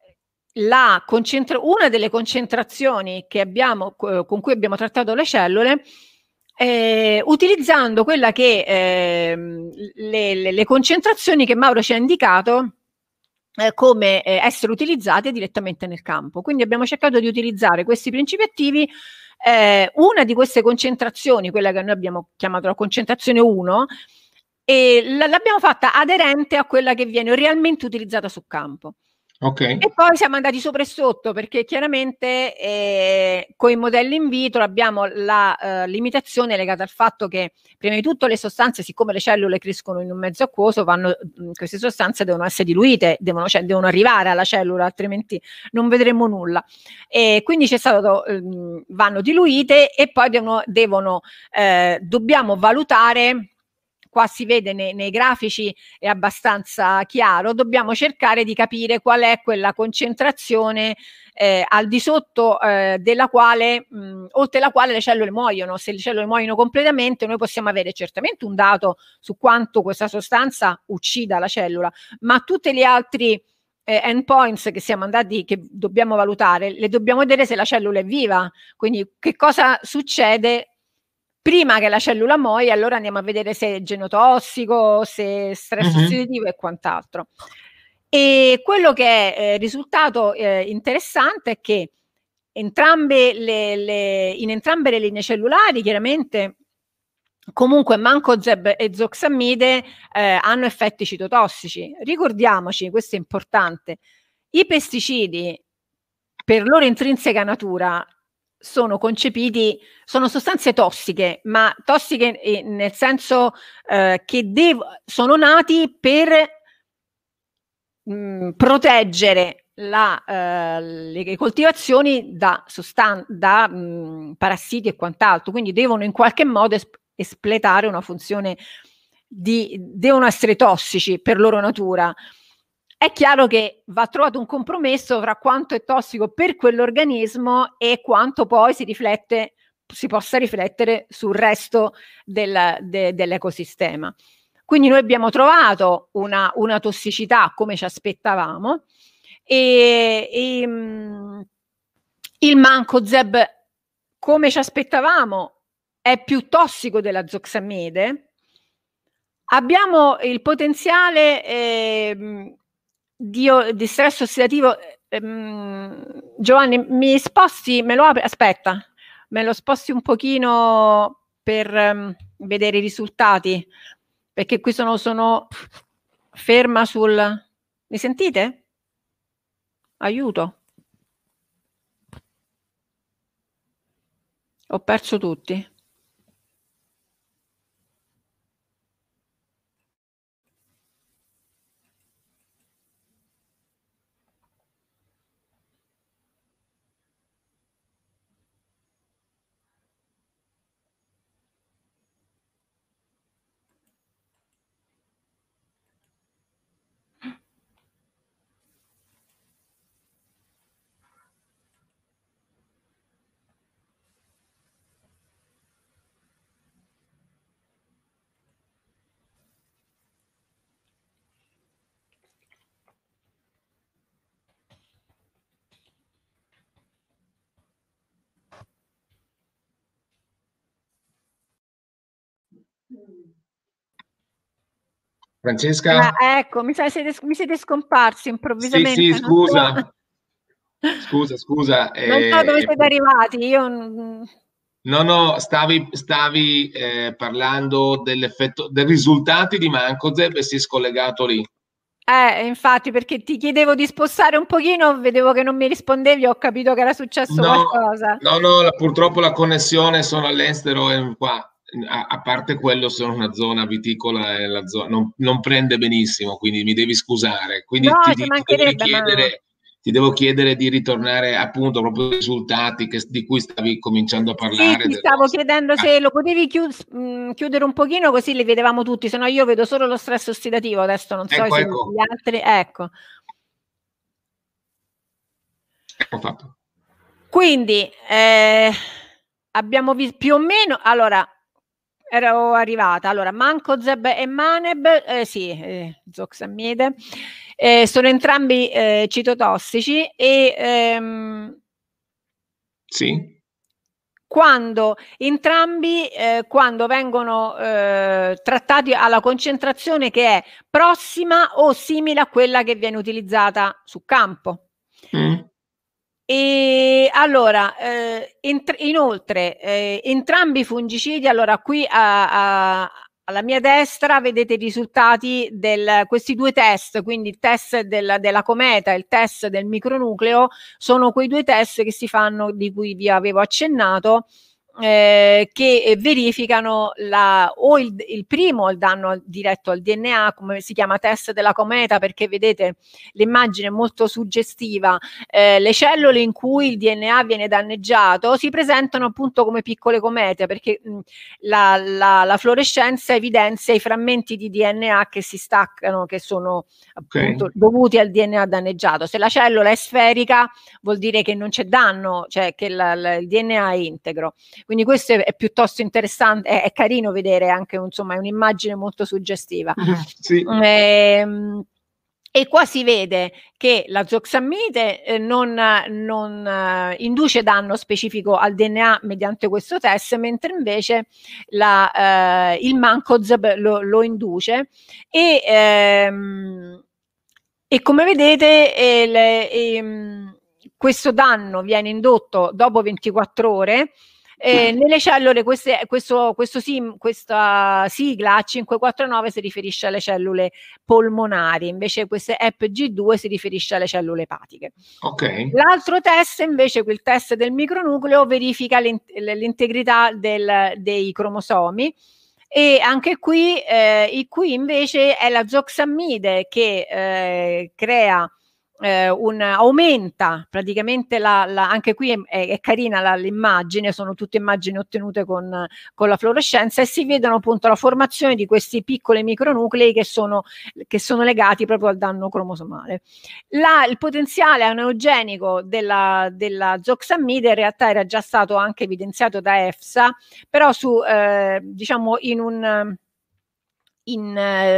la concentra- una delle concentrazioni che abbiamo, con cui abbiamo trattato le cellule, Eh, utilizzando quella che eh, le, le, le concentrazioni che Mauro ci ha indicato eh, come eh, essere utilizzate direttamente nel campo. Quindi abbiamo cercato di utilizzare questi principi attivi. Eh, una di queste concentrazioni, quella che noi abbiamo chiamato la concentrazione uno, e l'abbiamo fatta aderente a quella che viene realmente utilizzata sul campo. Okay. E poi siamo andati sopra e sotto, perché chiaramente eh, con i modelli in vitro abbiamo la eh, limitazione legata al fatto che prima di tutto le sostanze, siccome le cellule crescono in un mezzo acquoso, vanno, mh, queste sostanze devono essere diluite, devono, cioè, devono arrivare alla cellula, altrimenti non vedremo nulla. E quindi c'è stato, mh, vanno diluite e poi devono, devono eh, dobbiamo valutare. Qua si vede nei, nei grafici, è abbastanza chiaro, dobbiamo cercare di capire qual è quella concentrazione eh, al di sotto eh, della quale, mh, oltre la quale le cellule muoiono. Se le cellule muoiono completamente, noi possiamo avere certamente un dato su quanto questa sostanza uccida la cellula, ma tutti gli altri eh, endpoints che siamo andati, che dobbiamo valutare, le dobbiamo vedere se la cellula è viva, quindi che cosa succede prima che la cellula muoia. Allora andiamo a vedere se è genotossico, se è stress uh-huh. ossidativo e quant'altro. E quello che è eh, risultato eh, interessante è che entrambe le, le, in entrambe le linee cellulari, chiaramente, comunque mancozeb e zoxamide eh, hanno effetti citotossici. Ricordiamoci, questo è importante, i pesticidi per loro intrinseca natura sono concepiti, sono sostanze tossiche, ma tossiche eh, nel senso eh, che dev- sono nati per mh, proteggere la, eh, le coltivazioni da, sostan- da mh, parassiti e quant'altro, quindi devono in qualche modo es- espletare una funzione di, devono essere tossici per loro natura. È chiaro che va trovato un compromesso fra quanto è tossico per quell'organismo e quanto poi si riflette, si possa riflettere sul resto del, de, dell'ecosistema. Quindi noi abbiamo trovato una, una tossicità come ci aspettavamo e, e mh, il mancozeb, come ci aspettavamo, è più tossico della zoxamide. Abbiamo il potenziale eh, di, di stress ossidativo. ehm, Giovanni, mi sposti, me lo apri? Aspetta, me lo sposti un pochino per um, vedere i risultati, perché qui sono, sono ferma sul... Mi sentite? Aiuto. Ho perso tutti. Francesca? Ah, ecco, mi, siete, mi siete scomparsi improvvisamente. Sì, sì, scusa. Scusa, scusa. Non so dove Eh, siete arrivati, io... non- no, no, stavi, stavi eh, parlando dell'effetto, dei risultati di Mancozeb e si è scollegato lì. Eh, infatti, perché ti chiedevo di spostare un pochino, vedevo che non mi rispondevi, ho capito che era successo No, qualcosa. no, no, la- purtroppo la connessione sono all'estero e qua, a, a parte quello, sono una zona viticola e la zona non, non prende benissimo, quindi mi devi scusare. No, Quindi ti, ci ti- ti devo mancherebbe, ma... richiedere, ti devo chiedere di ritornare appunto proprio ai risultati che- di cui stavi cominciando a Sì, parlare ti del stavo nostro. chiedendo Ah, se lo potevi chius- mh, chiudere un pochino così li vedevamo tutti, se no io vedo solo lo stress ossidativo, adesso non so ecco, se ecco, gli altri... Ecco. ecco fatto. Quindi eh, abbiamo visto più o meno, allora ero arrivata, allora Mancozeb e Maneb, eh, sì, eh, Zoxamide, eh, sono entrambi eh, citotossici e ehm, Sì? quando entrambi eh, quando vengono eh, trattati alla concentrazione che è prossima o simile a quella che viene utilizzata su campo. Mm? E allora, eh, entr- inoltre, eh, entrambi i fungicidi, allora qui a- a- alla mia destra vedete i risultati di questi due test, quindi il test del- della cometa e il test del micronucleo, sono quei due test che si fanno, di cui vi avevo accennato, eh, che verificano la, o il, il primo il danno diretto al D N A, come si chiama test della cometa, perché vedete l'immagine è molto suggestiva. Eh, le cellule in cui il D N A viene danneggiato si presentano appunto come piccole comete, perché mh, la, la, la fluorescenza evidenzia i frammenti di D N A che si staccano, che sono appunto Ok. dovuti al D N A danneggiato. Se la cellula è sferica vuol dire che non c'è danno, cioè che la, la, il D N A è integro. Quindi questo è, è piuttosto interessante, è, è carino vedere anche, insomma, è un'immagine molto suggestiva. Sì. Ehm, E qua si vede che la zoxamide eh, non, non eh, induce danno specifico al D N A mediante questo test, mentre invece la, eh, il Mancozeb lo, lo induce. E, ehm, e come vedete eh, le, ehm, questo danno viene indotto dopo ventiquattro ore. Eh, nelle cellule queste, questo, questo sim, questa sigla A cinquecentoquarantanove si riferisce alle cellule polmonari, invece queste E P G due si riferisce alle cellule epatiche. Ok. L'altro test invece, quel test del micronucleo, verifica l'integrità del, dei cromosomi, e anche qui, eh, qui invece è la zoxamide che eh, crea eh, un, aumenta praticamente la, la, anche qui è, è carina la, l'immagine, sono tutte immagini ottenute con, con la fluorescenza, e si vedono appunto la formazione di questi piccoli micronuclei che sono, che sono legati proprio al danno cromosomale. La, il potenziale anaerogenico della, della zoxamide in realtà era già stato anche evidenziato da EFSA, però su eh, diciamo in un in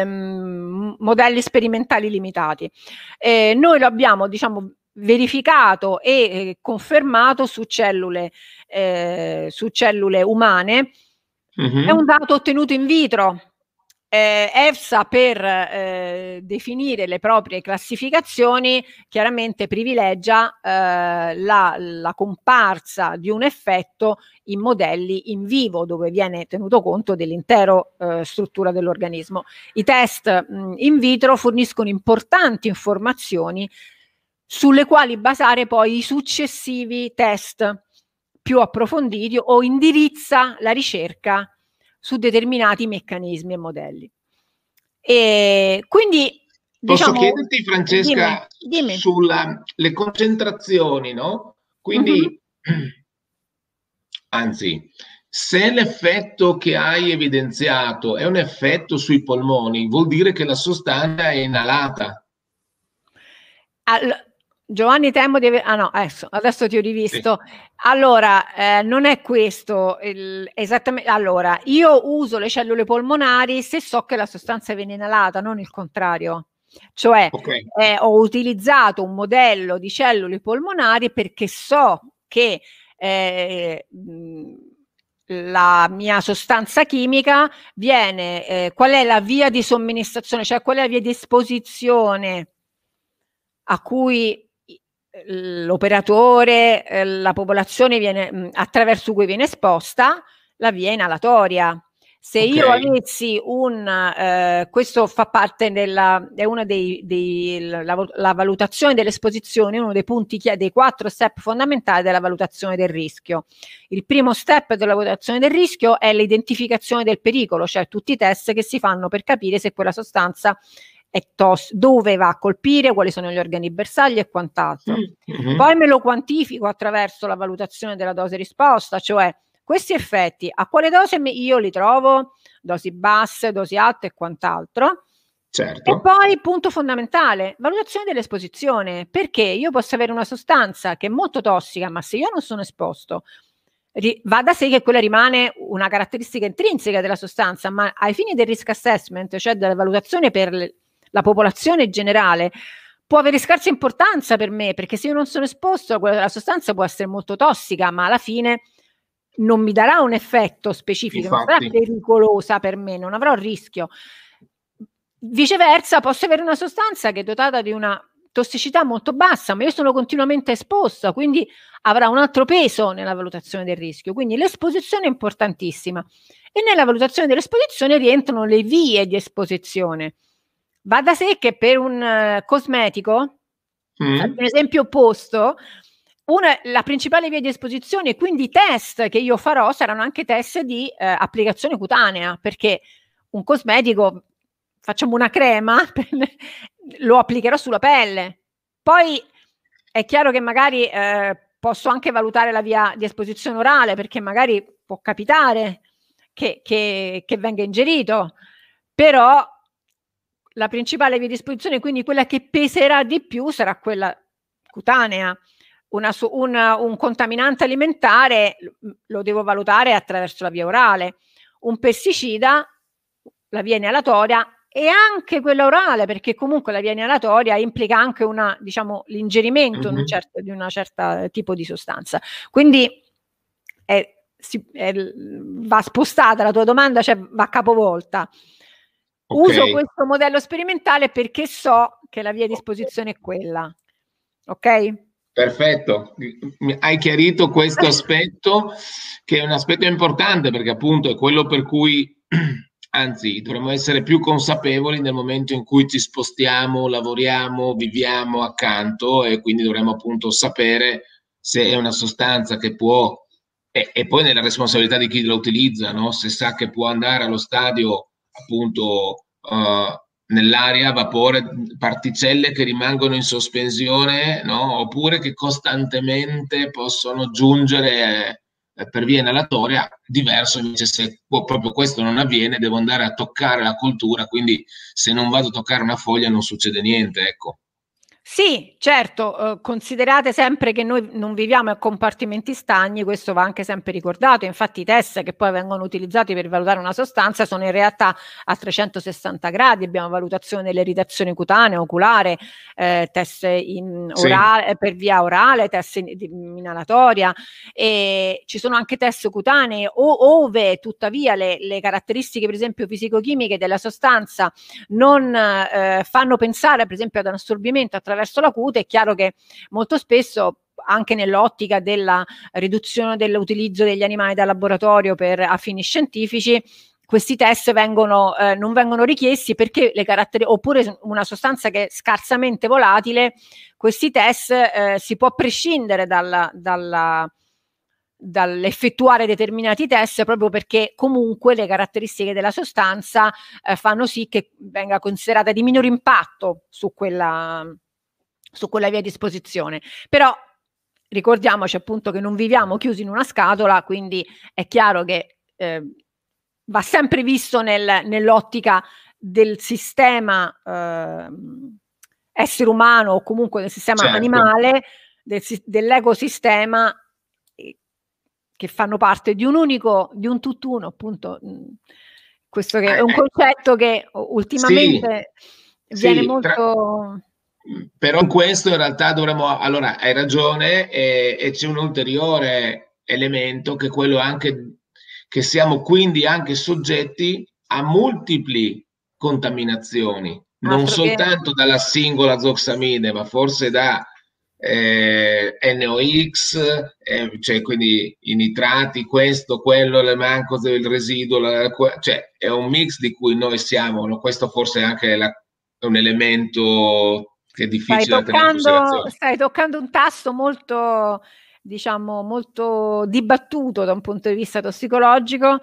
ehm, modelli sperimentali limitati. Eh, noi lo abbiamo, diciamo, verificato e eh, confermato su cellule, eh, su cellule umane. Mm-hmm. È un dato ottenuto in vitro. Eh, EFSA per eh, definire le proprie classificazioni chiaramente privilegia eh, la, la comparsa di un effetto in modelli in vivo, dove viene tenuto conto dell'intera eh, struttura dell'organismo. I test mh, in vitro forniscono importanti informazioni sulle quali basare poi i successivi test più approfonditi, o indirizza la ricerca su determinati meccanismi e modelli. E quindi, Posso diciamo, chiederti, dimmi, Francesca, dimmi. sulle concentrazioni, no? Quindi, Mm-hmm. anzi, se l'effetto che hai evidenziato è un effetto sui polmoni, vuol dire che la sostanza è inalata. All- Giovanni Temmo deve... Ah no, adesso, adesso ti ho Sì. rivisto. Allora, eh, non è questo il... esattamente. Allora, io uso le cellule polmonari se so che la sostanza viene inalata, non il contrario. Cioè, Ok. eh, ho utilizzato un modello di cellule polmonari perché so che eh, la mia sostanza chimica viene, eh, qual è la via di somministrazione, cioè qual è la via di esposizione a cui l'operatore, eh, la popolazione viene, mh, attraverso cui viene esposta, la via inalatoria. Se Ok. io avessi un, eh, questo fa parte della, è uno dei, dei la, la valutazione dell'esposizione, uno dei punti, dei quattro step fondamentali della valutazione del rischio. Il primo step della valutazione del rischio è l'identificazione del pericolo, cioè tutti i test che si fanno per capire se quella sostanza è tos- dove va a colpire, quali sono gli organi bersagli e quant'altro. Mm-hmm. Poi me lo quantifico attraverso la valutazione della dose risposta, cioè questi effetti a quale dose io li trovo, dosi basse, dosi alte e quant'altro. Certo. E poi, punto fondamentale, valutazione dell'esposizione, perché io posso avere una sostanza che è molto tossica, ma se io non sono esposto, va da sé che quella rimane una caratteristica intrinseca della sostanza, ma ai fini del risk assessment, cioè della valutazione per la popolazione generale, può avere scarsa importanza per me, perché se io non sono esposto, quella sostanza può essere molto tossica, ma alla fine non mi darà un effetto specifico, Infatti. non sarà pericolosa per me, non avrò rischio. Viceversa, posso avere una sostanza che è dotata di una tossicità molto bassa, ma io sono continuamente esposta, quindi avrà un altro peso nella valutazione del rischio. Quindi l'esposizione è importantissima. E nella valutazione dell'esposizione rientrano le vie di esposizione. Va da sé che per un uh, cosmetico, mm. un esempio opposto, una, la principale via di esposizione e quindi i test che io farò saranno anche test di eh, applicazione cutanea, perché un cosmetico, facciamo una crema, lo applicherò sulla pelle. Poi è chiaro che magari eh, posso anche valutare la via di esposizione orale, perché magari può capitare che, che, che venga ingerito, però la principale via di esposizione, quindi quella che peserà di più, sarà quella cutanea. Una, una, un contaminante alimentare lo devo valutare attraverso la via orale, un pesticida, la via inalatoria e anche quella orale, perché comunque la via inalatoria implica anche una, diciamo, l'ingerimento mm-hmm. un certo, di una certa tipo di sostanza. Quindi è, si, è, va spostata la tua domanda, cioè va capovolta. Okay. Uso questo modello sperimentale perché so che la via di esposizione è quella. Ok? Perfetto, hai chiarito questo aspetto che è un aspetto importante perché appunto è quello per cui, anzi, dovremmo essere più consapevoli nel momento in cui ci spostiamo, lavoriamo, viviamo accanto e quindi dovremmo appunto sapere se è una sostanza che può, e, e poi nella responsabilità di chi la utilizza, no? Se sa che può andare allo stadio appunto uh, nell'aria, vapore, particelle che rimangono in sospensione, no? Oppure che costantemente possono giungere eh, per via inalatoria, diverso invece se oh, proprio questo non avviene, devo andare a toccare la coltura, quindi se non vado a toccare una foglia non succede niente, ecco. Sì, certo, eh, considerate sempre che noi non viviamo a compartimenti stagni, questo va anche sempre ricordato, infatti i test che poi vengono utilizzati per valutare una sostanza sono in realtà a trecentosessanta gradi, abbiamo valutazione dell'irritazione cutanea, oculare, eh, test in orale, sì. per via orale, test in, in inalatoria, e ci sono anche test cutanei o, ove tuttavia le, le caratteristiche per esempio fisico-chimiche della sostanza non eh, fanno pensare per esempio ad un assorbimento attraverso la cute. È chiaro che molto spesso anche nell'ottica della riduzione dell'utilizzo degli animali da laboratorio per a fini scientifici questi test vengono, eh, non vengono richiesti perché le caratteristiche, oppure una sostanza che è scarsamente volatile, questi test eh, si può prescindere dalla, dalla dall'effettuare determinati test proprio perché comunque le caratteristiche della sostanza eh, fanno sì che venga considerata di minor impatto su quella, su quella via di esposizione. Però ricordiamoci appunto che non viviamo chiusi in una scatola, quindi è chiaro che eh, va sempre visto nel, nell'ottica del sistema eh, essere umano o comunque del sistema certo. animale, del, dell'ecosistema che fanno parte di un unico, di un tutt'uno, appunto. Questo che è un concetto che ultimamente sì, viene sì, molto... Tra... Però in questo in realtà dovremmo... Allora, hai ragione, e, e c'è un ulteriore elemento che è quello anche che siamo quindi anche soggetti a multipli contaminazioni, non soltanto dalla singola zoxamide, ma forse da eh, N O X, eh, cioè quindi i nitrati, questo, quello, le manco del residuo, la, cioè è un mix di cui noi siamo, no? Questo forse è anche la, un elemento che è Stai difficile da tenere in toccando, considerazione. stai toccando un tasto molto, diciamo, molto dibattuto da un punto di vista tossicologico,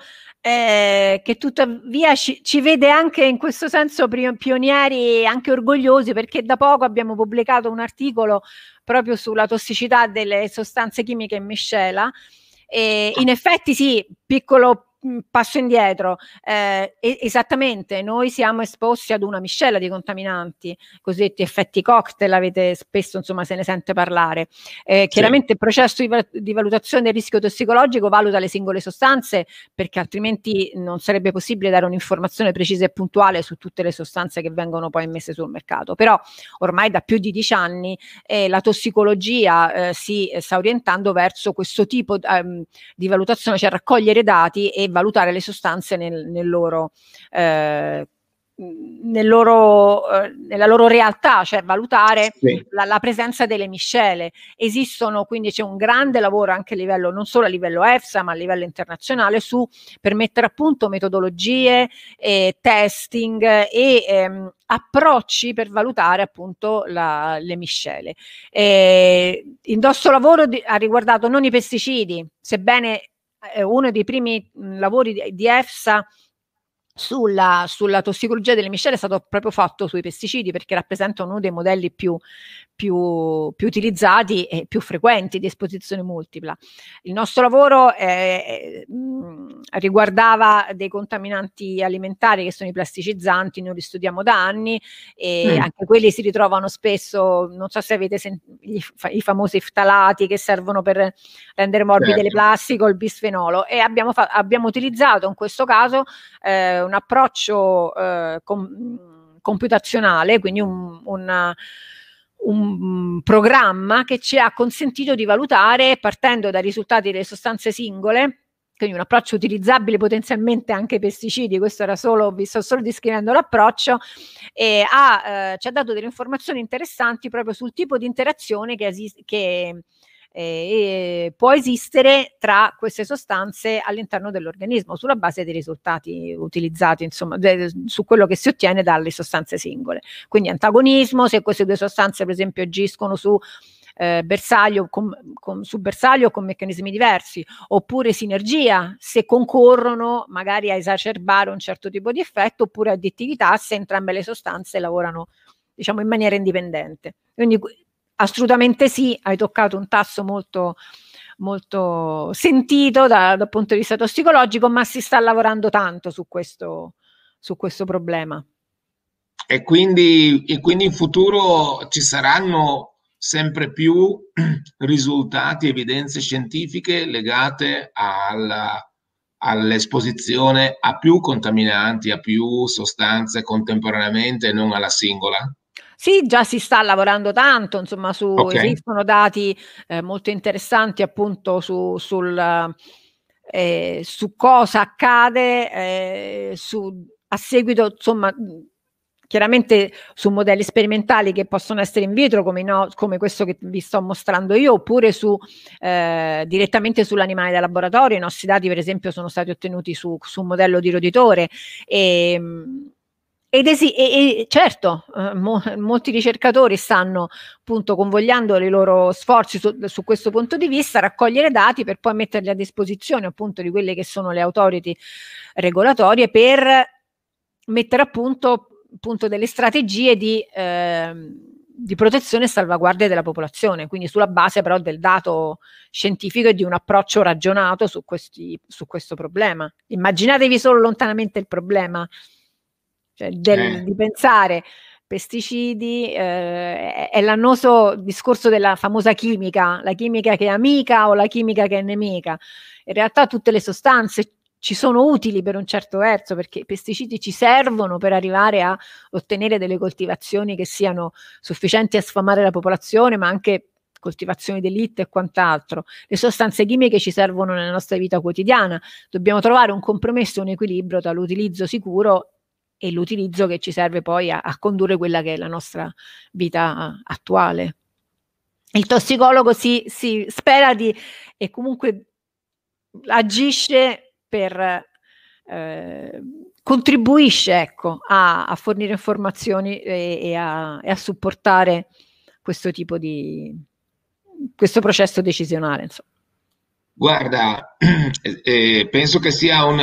eh, che tuttavia ci, ci vede anche in questo senso pionieri, anche orgogliosi, perché da poco abbiamo pubblicato un articolo proprio sulla tossicità delle sostanze chimiche in miscela. E in effetti sì, piccolo passo indietro, eh, esattamente, noi siamo esposti ad una miscela di contaminanti, cosiddetti effetti cocktail, avete spesso, insomma, se ne sente parlare. Eh, chiaramente Sì. il processo di, di valutazione del rischio tossicologico valuta le singole sostanze, perché altrimenti non sarebbe possibile dare un'informazione precisa e puntuale su tutte le sostanze che vengono poi messe sul mercato. Però ormai da più di dieci anni eh, la tossicologia eh, si sta orientando verso questo tipo ehm, di valutazione, cioè raccogliere dati e valutare le sostanze nel, nel loro, eh, nel loro, eh, nella loro realtà, cioè valutare Sì. la, la presenza delle miscele. Esistono, quindi c'è un grande lavoro anche a livello, non solo a livello EFSA, ma a livello internazionale, su per mettere a punto metodologie, eh, testing e ehm, approcci per valutare appunto la, le miscele. Eh, il nostro lavoro di, ha riguardato non i pesticidi, sebbene eh, uno dei primi mh, lavori di, di EFSA sulla, sulla tossicologia delle miscele è stato proprio fatto sui pesticidi, perché rappresentano uno dei modelli più, più, più utilizzati e più frequenti di esposizione multipla. Il nostro lavoro eh, mh, riguardava dei contaminanti alimentari che sono i plasticizzanti, noi li studiamo da anni e Mm. anche quelli si ritrovano spesso, non so se avete sentito i, i famosi ftalati che servono per rendere morbide Certo. le plastiche o il bisfenolo, e abbiamo, fa- abbiamo utilizzato in questo caso eh, un approccio eh, com- computazionale, quindi un, una, un programma che ci ha consentito di valutare, partendo dai risultati delle sostanze singole, quindi un approccio utilizzabile potenzialmente anche ai pesticidi, questo era solo, vi sto solo descrivendo l'approccio, e ha, eh, ci ha dato delle informazioni interessanti proprio sul tipo di interazione che, esiste, che eh, può esistere tra queste sostanze all'interno dell'organismo, sulla base dei risultati utilizzati, insomma, de, su quello che si ottiene dalle sostanze singole. Quindi antagonismo, se queste due sostanze per esempio agiscono su eh, bersaglio, con, con, su bersaglio con meccanismi diversi, oppure sinergia, se concorrono magari a esacerbare un certo tipo di effetto, oppure additività, se entrambe le sostanze lavorano, diciamo, in maniera indipendente. Quindi assolutamente sì, hai toccato un tasto molto, molto sentito da, dal punto di vista tossicologico, ma si sta lavorando tanto su questo, su questo problema. E quindi, e quindi in futuro ci saranno sempre più risultati, evidenze scientifiche legate alla, all'esposizione a più contaminanti, a più sostanze contemporaneamente e non alla singola? Sì, già si sta lavorando tanto, insomma, su, Ok. esistono dati eh, molto interessanti appunto su, sul, eh, su cosa accade eh, su, a seguito, insomma, chiaramente su modelli sperimentali che possono essere in vitro, come, no, come questo che vi sto mostrando io, oppure su, eh, direttamente sull'animale da laboratorio. I nostri dati, per esempio, sono stati ottenuti su, su un modello di roditore. E, ed esi- e, e certo, eh, mo, molti ricercatori stanno appunto convogliando i loro sforzi su, su questo punto di vista, raccogliere dati per poi metterli a disposizione appunto di quelle che sono le authority regolatorie per mettere a punto, appunto delle strategie di, eh, di protezione e salvaguardia della popolazione, quindi sulla base però del dato scientifico e di un approccio ragionato su, questi, su questo problema. Immaginatevi solo lontanamente il problema. Cioè del, Eh. di pensare pesticidi, eh, è l'annoso discorso della famosa chimica, la chimica che è amica o la chimica che è nemica. In realtà tutte le sostanze ci sono utili per un certo verso, perché i pesticidi ci servono per arrivare a ottenere delle coltivazioni che siano sufficienti a sfamare la popolazione, ma anche coltivazioni d'élite e quant'altro. Le sostanze chimiche ci servono nella nostra vita quotidiana. Dobbiamo trovare un compromesso, un equilibrio tra l'utilizzo sicuro e l'utilizzo che ci serve poi a, a condurre quella che è la nostra vita attuale. il tossicologo si, si spera di, e comunque agisce per, eh, contribuisce, ecco, a, a fornire informazioni e, e, a, e a supportare questo tipo di, questo processo decisionale, insomma. Guarda, eh, penso che sia un,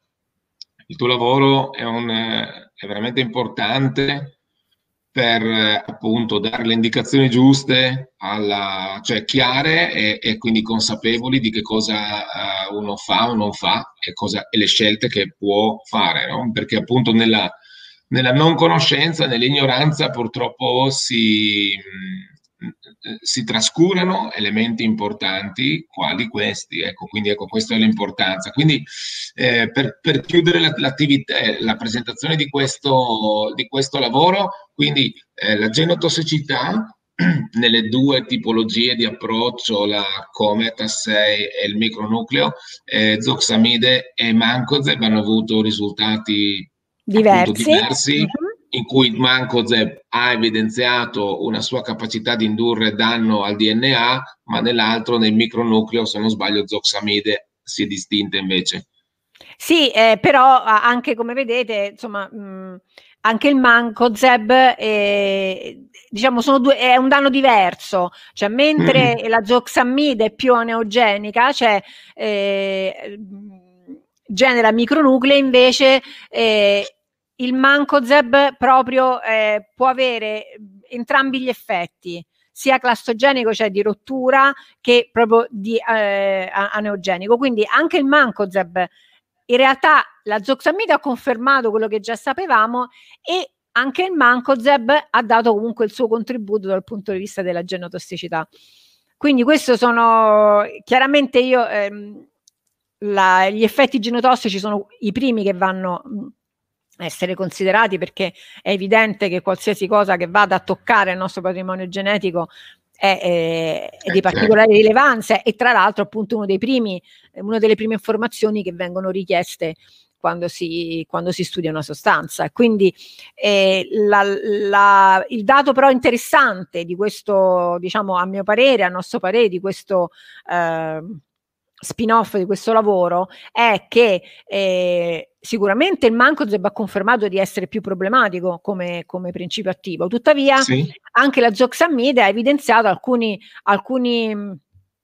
il tuo lavoro è, un, è veramente importante per eh, appunto dare le indicazioni giuste, alla, cioè chiare e, e quindi consapevoli di che cosa eh, uno fa o non fa e, cosa, e le scelte che può fare, no? Perché appunto nella, nella non conoscenza, nell'ignoranza purtroppo si, mh, si trascurano elementi importanti quali questi, ecco, quindi ecco, questa è l'importanza. Quindi eh, per, per chiudere la, l'attività, la presentazione di questo, di questo lavoro, quindi eh, la genotossicità nelle due tipologie di approccio, la Comet A sei e il micronucleo, eh, Zoxamide e Mancozeb hanno avuto risultati appunto Diversi. diversi, Mm-hmm. in cui Mancozeb ha evidenziato una sua capacità di indurre danno al D N A, ma nell'altro, nel micronucleo, se non sbaglio, Zoxamide si è distinta invece. Sì, eh, però anche come vedete, insomma, mh, anche il Mancozeb è, diciamo, sono due, è un danno diverso, cioè mentre Mm. la Zoxamide è più aneogenica, cioè eh, genera micronuclei, invece eh, il Mancozeb proprio eh, può avere entrambi gli effetti, sia clastogenico, cioè di rottura, che proprio di eh, aneogenico. Quindi anche il Mancozeb, in realtà la Zoxamide ha confermato quello che già sapevamo, e anche il Mancozeb ha dato comunque il suo contributo dal punto di vista della genotossicità. Quindi questo sono chiaramente io ehm, la, gli effetti genotossici sono i primi che vanno a essere considerati, perché è evidente che qualsiasi cosa che vada a toccare il nostro patrimonio genetico è, è, è di particolare rilevanza, e tra l'altro appunto uno dei primi, una delle prime informazioni che vengono richieste quando si, quando si studia una sostanza. Quindi eh, la, la, il dato però interessante di questo, diciamo, a mio parere, a nostro parere, di questo eh, spin-off di questo lavoro è che eh, sicuramente il Mancozeb ha confermato di essere più problematico come, come principio attivo, tuttavia sì, anche la Zoxamide ha evidenziato alcuni, alcuni mh,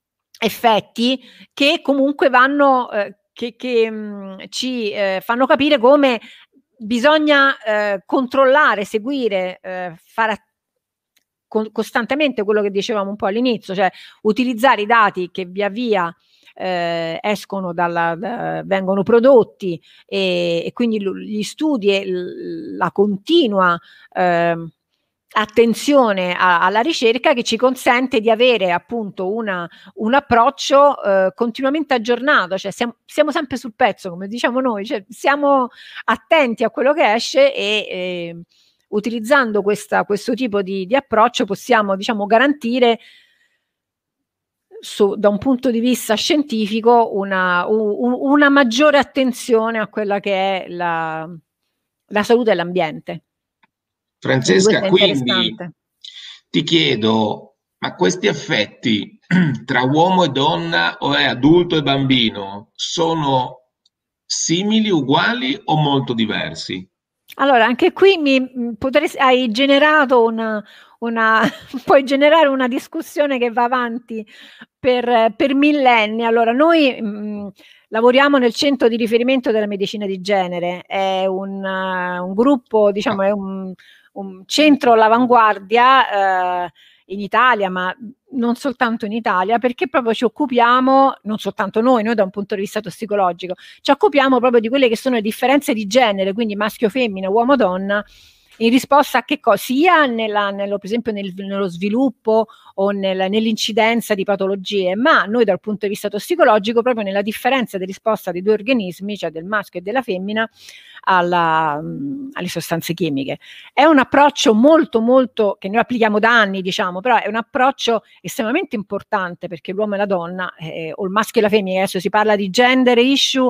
effetti che comunque vanno eh, che, che mh, ci eh, fanno capire come bisogna eh, controllare, seguire, eh, fare con, costantemente quello che dicevamo un po' all'inizio, cioè utilizzare i dati che via via Eh, escono dalla, da, vengono prodotti, e, e quindi gli studi e la continua eh, attenzione a, alla ricerca, che ci consente di avere appunto una, un approccio eh, continuamente aggiornato, cioè siamo, siamo sempre sul pezzo, come diciamo noi, cioè siamo attenti a quello che esce, e eh, utilizzando questa, questo tipo di, di approccio possiamo, diciamo, garantire Su, da un punto di vista scientifico una, un, una maggiore attenzione a quella che è la, la salute e l'ambiente. Francesca, quindi ti chiedo, ma questi effetti tra uomo e donna, o è adulto e bambino, sono simili, uguali o molto diversi? Allora, anche qui mi potresti, hai generato una, una puoi generare una discussione che va avanti per, per millenni. Allora, noi mh, lavoriamo nel centro di riferimento della medicina di genere, è un, uh, un gruppo, diciamo, è un, un centro all'avanguardia eh, in Italia, ma non soltanto in Italia, perché proprio ci occupiamo, non soltanto noi, noi da un punto di vista tossicologico, ci occupiamo proprio di quelle che sono le differenze di genere, quindi maschio-femmina, uomo-donna, in risposta a che cosa? Sia nella, nello, per esempio nel, nello sviluppo o nel, nell'incidenza di patologie, ma noi dal punto di vista tossicologico proprio nella differenza di risposta dei due organismi, cioè del maschio e della femmina, alla, mh, alle sostanze chimiche. È un approccio molto molto, che noi applichiamo da anni, diciamo, però è un approccio estremamente importante, perché l'uomo e la donna, eh, o il maschio e la femmina, adesso si parla di gender issue,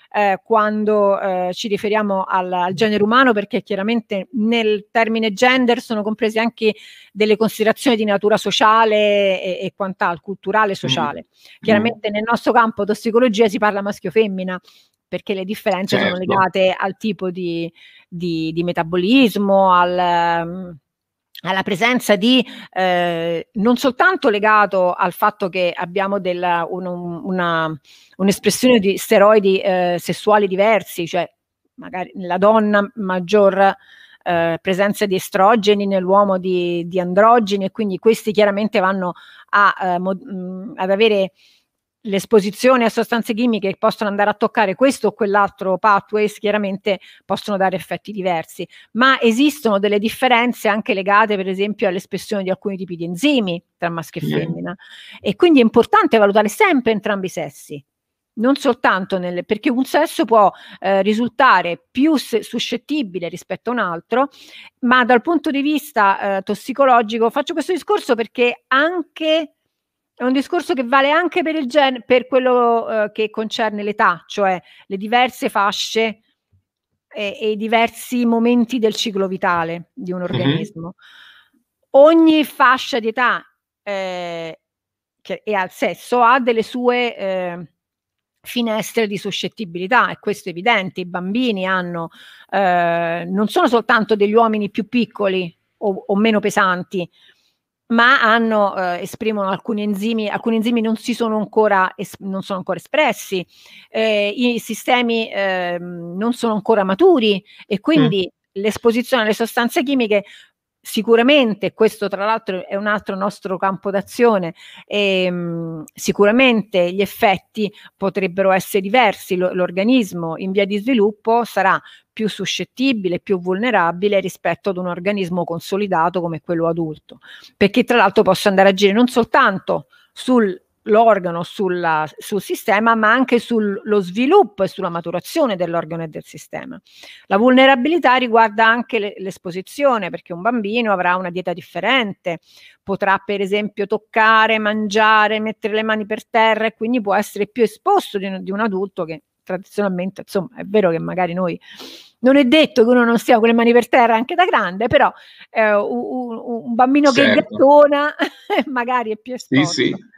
eh, quando eh, ci riferiamo al, al genere umano, perché chiaramente nel termine gender sono comprese anche delle considerazioni di natura sociale e, e quant'altro, culturale e sociale. Mm. Chiaramente mm. nel nostro campo tossicologia si parla maschio-femmina, perché le differenze certo. sono legate al tipo di, di, di metabolismo, al... alla presenza di, eh, non soltanto legato al fatto che abbiamo della, un, una, un'espressione di steroidi eh, sessuali diversi, cioè magari nella donna maggior eh, presenza di estrogeni, nell'uomo di, di androgeni, e quindi questi chiaramente vanno a, eh, mod, mh, ad avere l'esposizione a sostanze chimiche che possono andare a toccare questo o quell'altro pathways, chiaramente possono dare effetti diversi, ma esistono delle differenze anche legate per esempio all'espressione di alcuni tipi di enzimi tra maschio e femmina, mm. e quindi è importante valutare sempre entrambi i sessi, non soltanto nelle, perché un sesso può eh, risultare più suscettibile rispetto a un altro, ma dal punto di vista eh, tossicologico faccio questo discorso perché anche è un discorso che vale anche per il gen, per quello eh, che concerne l'età, cioè le diverse fasce e, e i diversi momenti del ciclo vitale di un organismo. Mm-hmm. Ogni fascia di età eh, che è al sesso ha delle sue eh, finestre di suscettibilità, e questo è evidente. I bambini hanno eh, non sono soltanto degli uomini più piccoli o, o meno pesanti, ma hanno, eh, esprimono alcuni enzimi, alcuni enzimi non si sono ancora, es- non sono ancora espressi, eh, i sistemi eh, non sono ancora maturi, e quindi mm. l'esposizione alle sostanze chimiche sicuramente, questo tra l'altro è un altro nostro campo d'azione, e, mh, sicuramente gli effetti potrebbero essere diversi, L- l'organismo in via di sviluppo sarà più suscettibile, più vulnerabile rispetto ad un organismo consolidato come quello adulto, perché tra l'altro posso andare a agire non soltanto sull'organo, sulla, sul sistema, ma anche sullo sviluppo e sulla maturazione dell'organo e del sistema. La vulnerabilità riguarda anche le, l'esposizione, perché un bambino avrà una dieta differente, potrà per esempio toccare, mangiare, mettere le mani per terra, e quindi può essere più esposto di un, di un adulto che tradizionalmente, insomma, è vero che magari noi non è detto che uno non stia con le mani per terra anche da grande, però eh, un, un bambino certo. che gattona magari è più esposto. Sì, sì.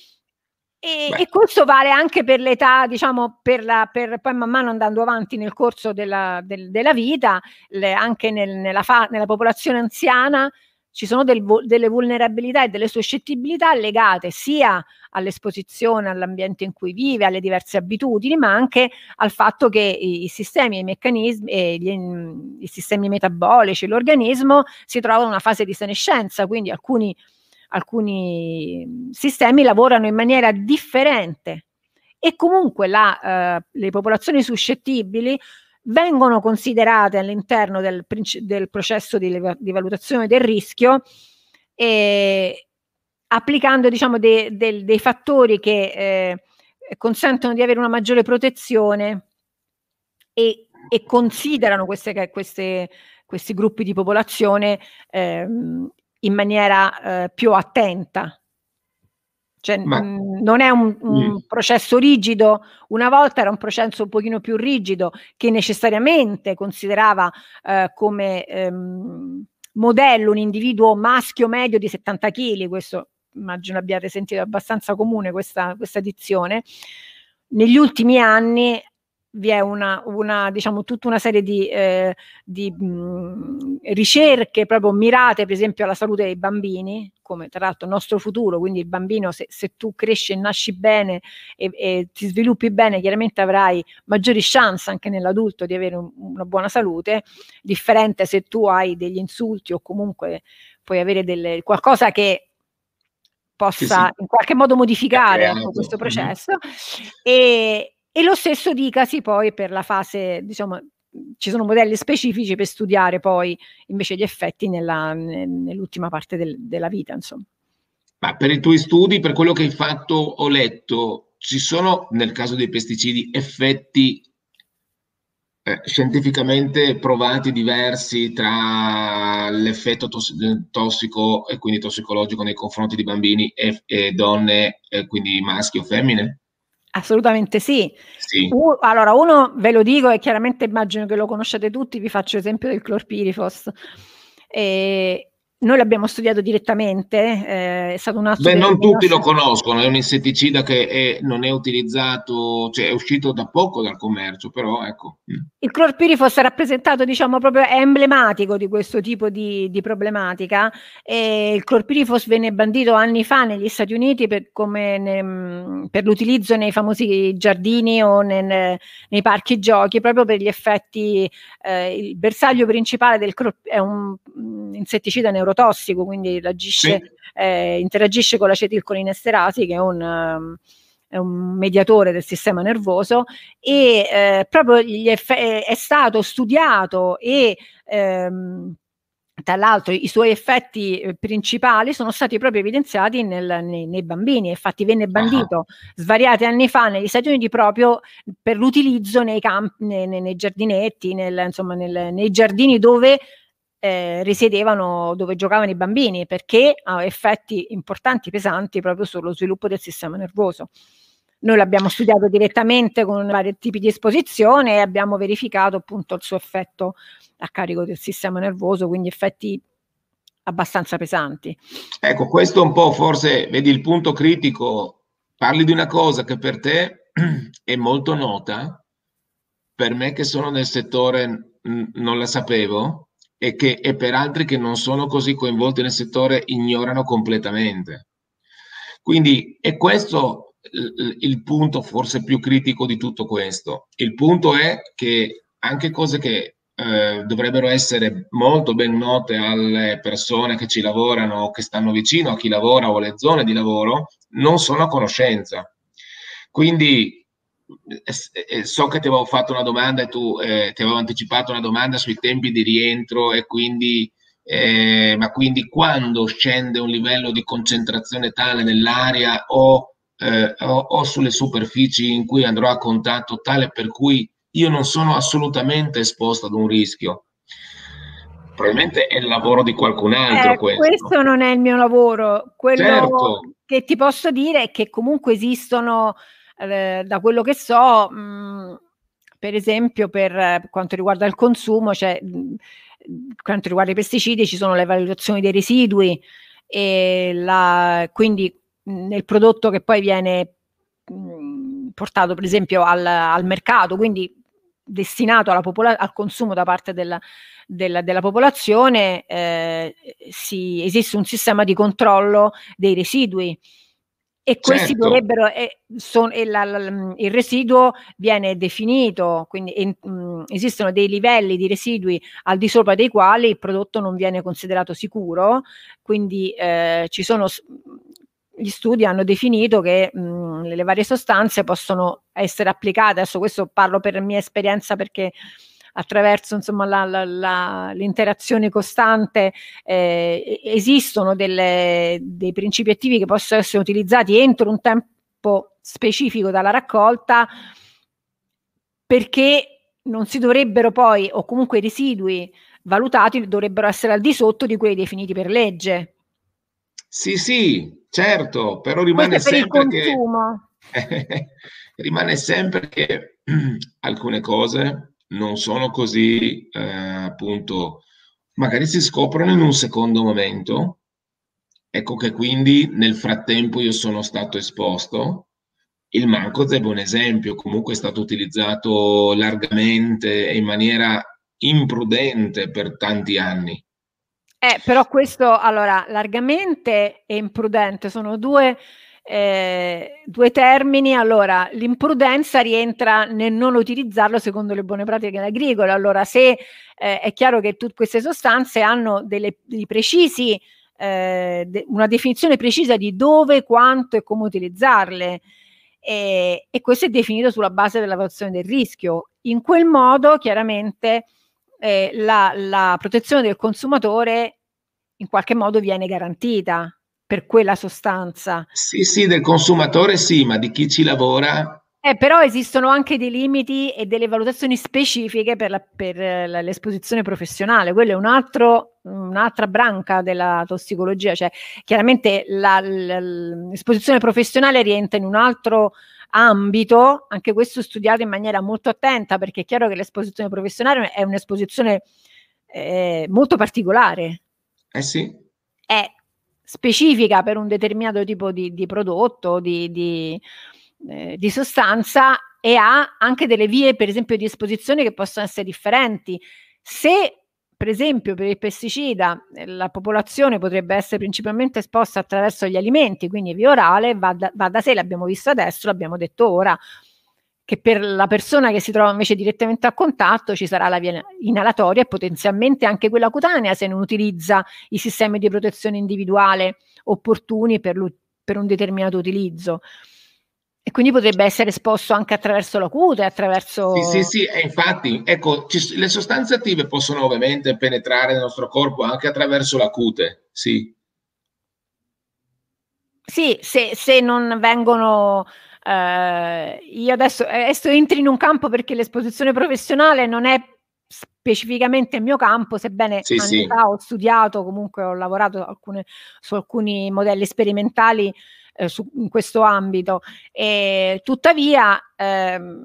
E, e questo vale anche per l'età, diciamo, per, la, per poi man mano andando avanti nel corso della, del, della vita, le, anche nel, nella, fa, nella popolazione anziana ci sono del, delle vulnerabilità e delle suscettibilità legate sia all'esposizione, all'ambiente in cui vive, alle diverse abitudini, ma anche al fatto che i, i sistemi, i meccanismi, e gli, i sistemi metabolici, l'organismo si trova in una fase di senescenza, quindi alcuni, alcuni sistemi lavorano in maniera differente, e comunque la, eh, le popolazioni suscettibili vengono considerate all'interno del, del processo di, di valutazione del rischio, e applicando diciamo dei, dei, dei fattori che eh, consentono di avere una maggiore protezione, e, e considerano queste, queste, questi gruppi di popolazione eh, in maniera eh, più attenta. Cioè, Ma, mh, non è un, un mm. processo rigido. Una volta era un processo un pochino più rigido, che necessariamente considerava eh, come ehm, modello un individuo maschio medio di settanta chili. Questo immagino abbiate sentito, abbastanza comune questa, questa dizione. Negli ultimi anni vi è una, una diciamo tutta una serie di, eh, di mh, ricerche proprio mirate per esempio alla salute dei bambini, come tra l'altro il nostro futuro, quindi il bambino, se, se tu cresci e nasci bene e, e ti sviluppi bene, chiaramente avrai maggiori chance anche nell'adulto di avere un, una buona salute, differente se tu hai degli insulti o comunque puoi avere delle, qualcosa che possa sì, sì. in qualche modo modificare ecco, questo processo. Mm-hmm. e E lo stesso dicasi poi per la fase, diciamo, ci sono modelli specifici per studiare poi invece gli effetti nella, nell'ultima parte del, della vita, insomma. Ma per i tuoi studi, per quello che hai fatto, ho letto, ci sono nel caso dei pesticidi effetti eh, scientificamente provati diversi tra l'effetto tos- tossico e quindi tossicologico nei confronti di bambini e, e donne, e quindi maschi o femmine? Assolutamente sì. Sì. U- allora, uno ve lo dico e chiaramente immagino che lo conosciate tutti, vi faccio l'esempio del clorpirifos. E noi l'abbiamo studiato direttamente, eh, è stato un altro Beh, dei, non dei tutti lo nostri... conoscono, è un insetticida che è- non è utilizzato, cioè è uscito da poco dal commercio, però ecco. Mm. Il clorpirifos è rappresentato, diciamo, proprio è emblematico di questo tipo di, di problematica. E il clorpirifos venne bandito anni fa negli Stati Uniti per, come ne- per l'utilizzo nei famosi giardini o nel- nei parchi giochi, proprio per gli effetti. Eh, il bersaglio principale del clor- è un mm, insetticida neurotossico, quindi Sì, agisce, eh, interagisce con l'acetilcolinesterasi, che è un, um, è un mediatore del sistema nervoso, e eh, proprio gli eff- è stato studiato e ehm, tra l'altro i suoi effetti eh, principali sono stati proprio evidenziati nel- nei, nei bambini. Infatti venne ah, bandito svariati anni fa negli Stati Uniti proprio per l'utilizzo nei campi, nei, nei- nei giardinetti, nel- insomma nel- nei giardini dove eh, risiedevano, dove giocavano i bambini, perché ha effetti importanti, pesanti proprio sullo sviluppo del sistema nervoso. Noi l'abbiamo studiato direttamente con vari tipi di esposizione e abbiamo verificato appunto il suo effetto a carico del sistema nervoso, quindi effetti abbastanza pesanti. ecco, questo è un po' forse, vedi il punto critico, parli di una cosa che per te è molto nota, per me che sono nel settore mh, non la sapevo e, che, e per altri che non sono così coinvolti nel settore ignorano completamente. Quindi è questo il, il punto forse più critico di tutto questo. Il punto è che anche cose che eh, dovrebbero essere molto ben note alle persone che ci lavorano, che stanno vicino a chi lavora o alle zone di lavoro, non sono a conoscenza. Quindi eh, eh, so che ti avevo fatto una domanda e tu eh, ti avevo anticipato una domanda sui tempi di rientro e quindi, eh, ma quindi quando scende un livello di concentrazione tale nell'aria o, eh, o, o sulle superfici in cui andrò a contatto tale per cui io non sono assolutamente esposto ad un rischio. Probabilmente è il lavoro di qualcun altro Eh, questo. questo non è il mio lavoro. Certo, Quello che ti posso dire è che comunque esistono, eh, da quello che so, mh, per esempio per eh, quanto riguarda il consumo, cioè, mh, quanto riguarda i pesticidi, ci sono le valutazioni dei residui e la, quindi mh, nel prodotto che poi viene mh, portato per esempio al, al mercato, quindi destinato alla popola- al consumo da parte della della, della popolazione, eh, si, esiste un sistema di controllo dei residui e questi certo. dovrebbero, eh, son, e la, la, il residuo viene definito, quindi eh, mh, esistono dei livelli di residui al di sopra dei quali il prodotto non viene considerato sicuro, quindi eh, ci sono gli studi hanno definito che mh, le varie sostanze possono essere applicate. Adesso questo parlo per mia esperienza perché attraverso insomma la, la, la, l'interazione costante eh, esistono delle, dei principi attivi che possono essere utilizzati entro un tempo specifico dalla raccolta, perché non si dovrebbero poi, o comunque i residui valutati dovrebbero essere al di sotto di quelli definiti per legge. Sì, sì, certo, però Questo rimane è per il sempre che, consumo. rimane sempre che alcune cose non sono così, eh, appunto, magari si scoprono in un secondo momento. Ecco che quindi nel frattempo io sono stato esposto. Il Mancozeb è un esempio, comunque è stato utilizzato largamente e in maniera imprudente per tanti anni. Eh, però questo, allora, largamente e imprudente sono due, eh, due termini. Allora, l'imprudenza rientra nel non utilizzarlo secondo le buone pratiche agricole. Allora, se eh, è chiaro che tutte queste sostanze hanno delle, dei precisi, eh, de- una definizione precisa di dove, quanto e come utilizzarle. E, e questo è definito sulla base della valutazione del rischio. In quel modo, chiaramente eh, la, la protezione del consumatore in qualche modo viene garantita per quella sostanza. Sì, sì, del consumatore sì, ma di chi ci lavora. Eh, però esistono anche dei limiti e delle valutazioni specifiche per, la, per eh, la, l'esposizione professionale. Quello è un altro, un'altra branca della tossicologia. Cioè, chiaramente la, la, l'esposizione professionale rientra in un altro ambito, anche questo studiato in maniera molto attenta, perché è chiaro che l'esposizione professionale è un'esposizione eh, molto particolare. Eh sì. È specifica per un determinato tipo di, di prodotto, di, di, eh, di sostanza, e ha anche delle vie, per esempio, di esposizione che possono essere differenti. Se per esempio per il pesticida la popolazione potrebbe essere principalmente esposta attraverso gli alimenti, quindi via orale, va da, va da sé, l'abbiamo visto adesso, l'abbiamo detto ora, che per la persona che si trova invece direttamente a contatto ci sarà la via inalatoria e potenzialmente anche quella cutanea, se non utilizza i sistemi di protezione individuale opportuni per, per un determinato utilizzo. E quindi potrebbe essere esposto anche attraverso la cute, attraverso... Sì, sì, sì, e infatti, ecco, ci, le sostanze attive possono ovviamente penetrare nel nostro corpo anche attraverso la cute, sì. Sì, se, se non vengono... Eh, io adesso, adesso entri in un campo perché l'esposizione professionale non è specificamente il mio campo, sebbene Sì, anni sì. fa ho studiato, comunque ho lavorato alcune, su alcuni modelli sperimentali eh, su, in questo ambito. E, tuttavia ehm,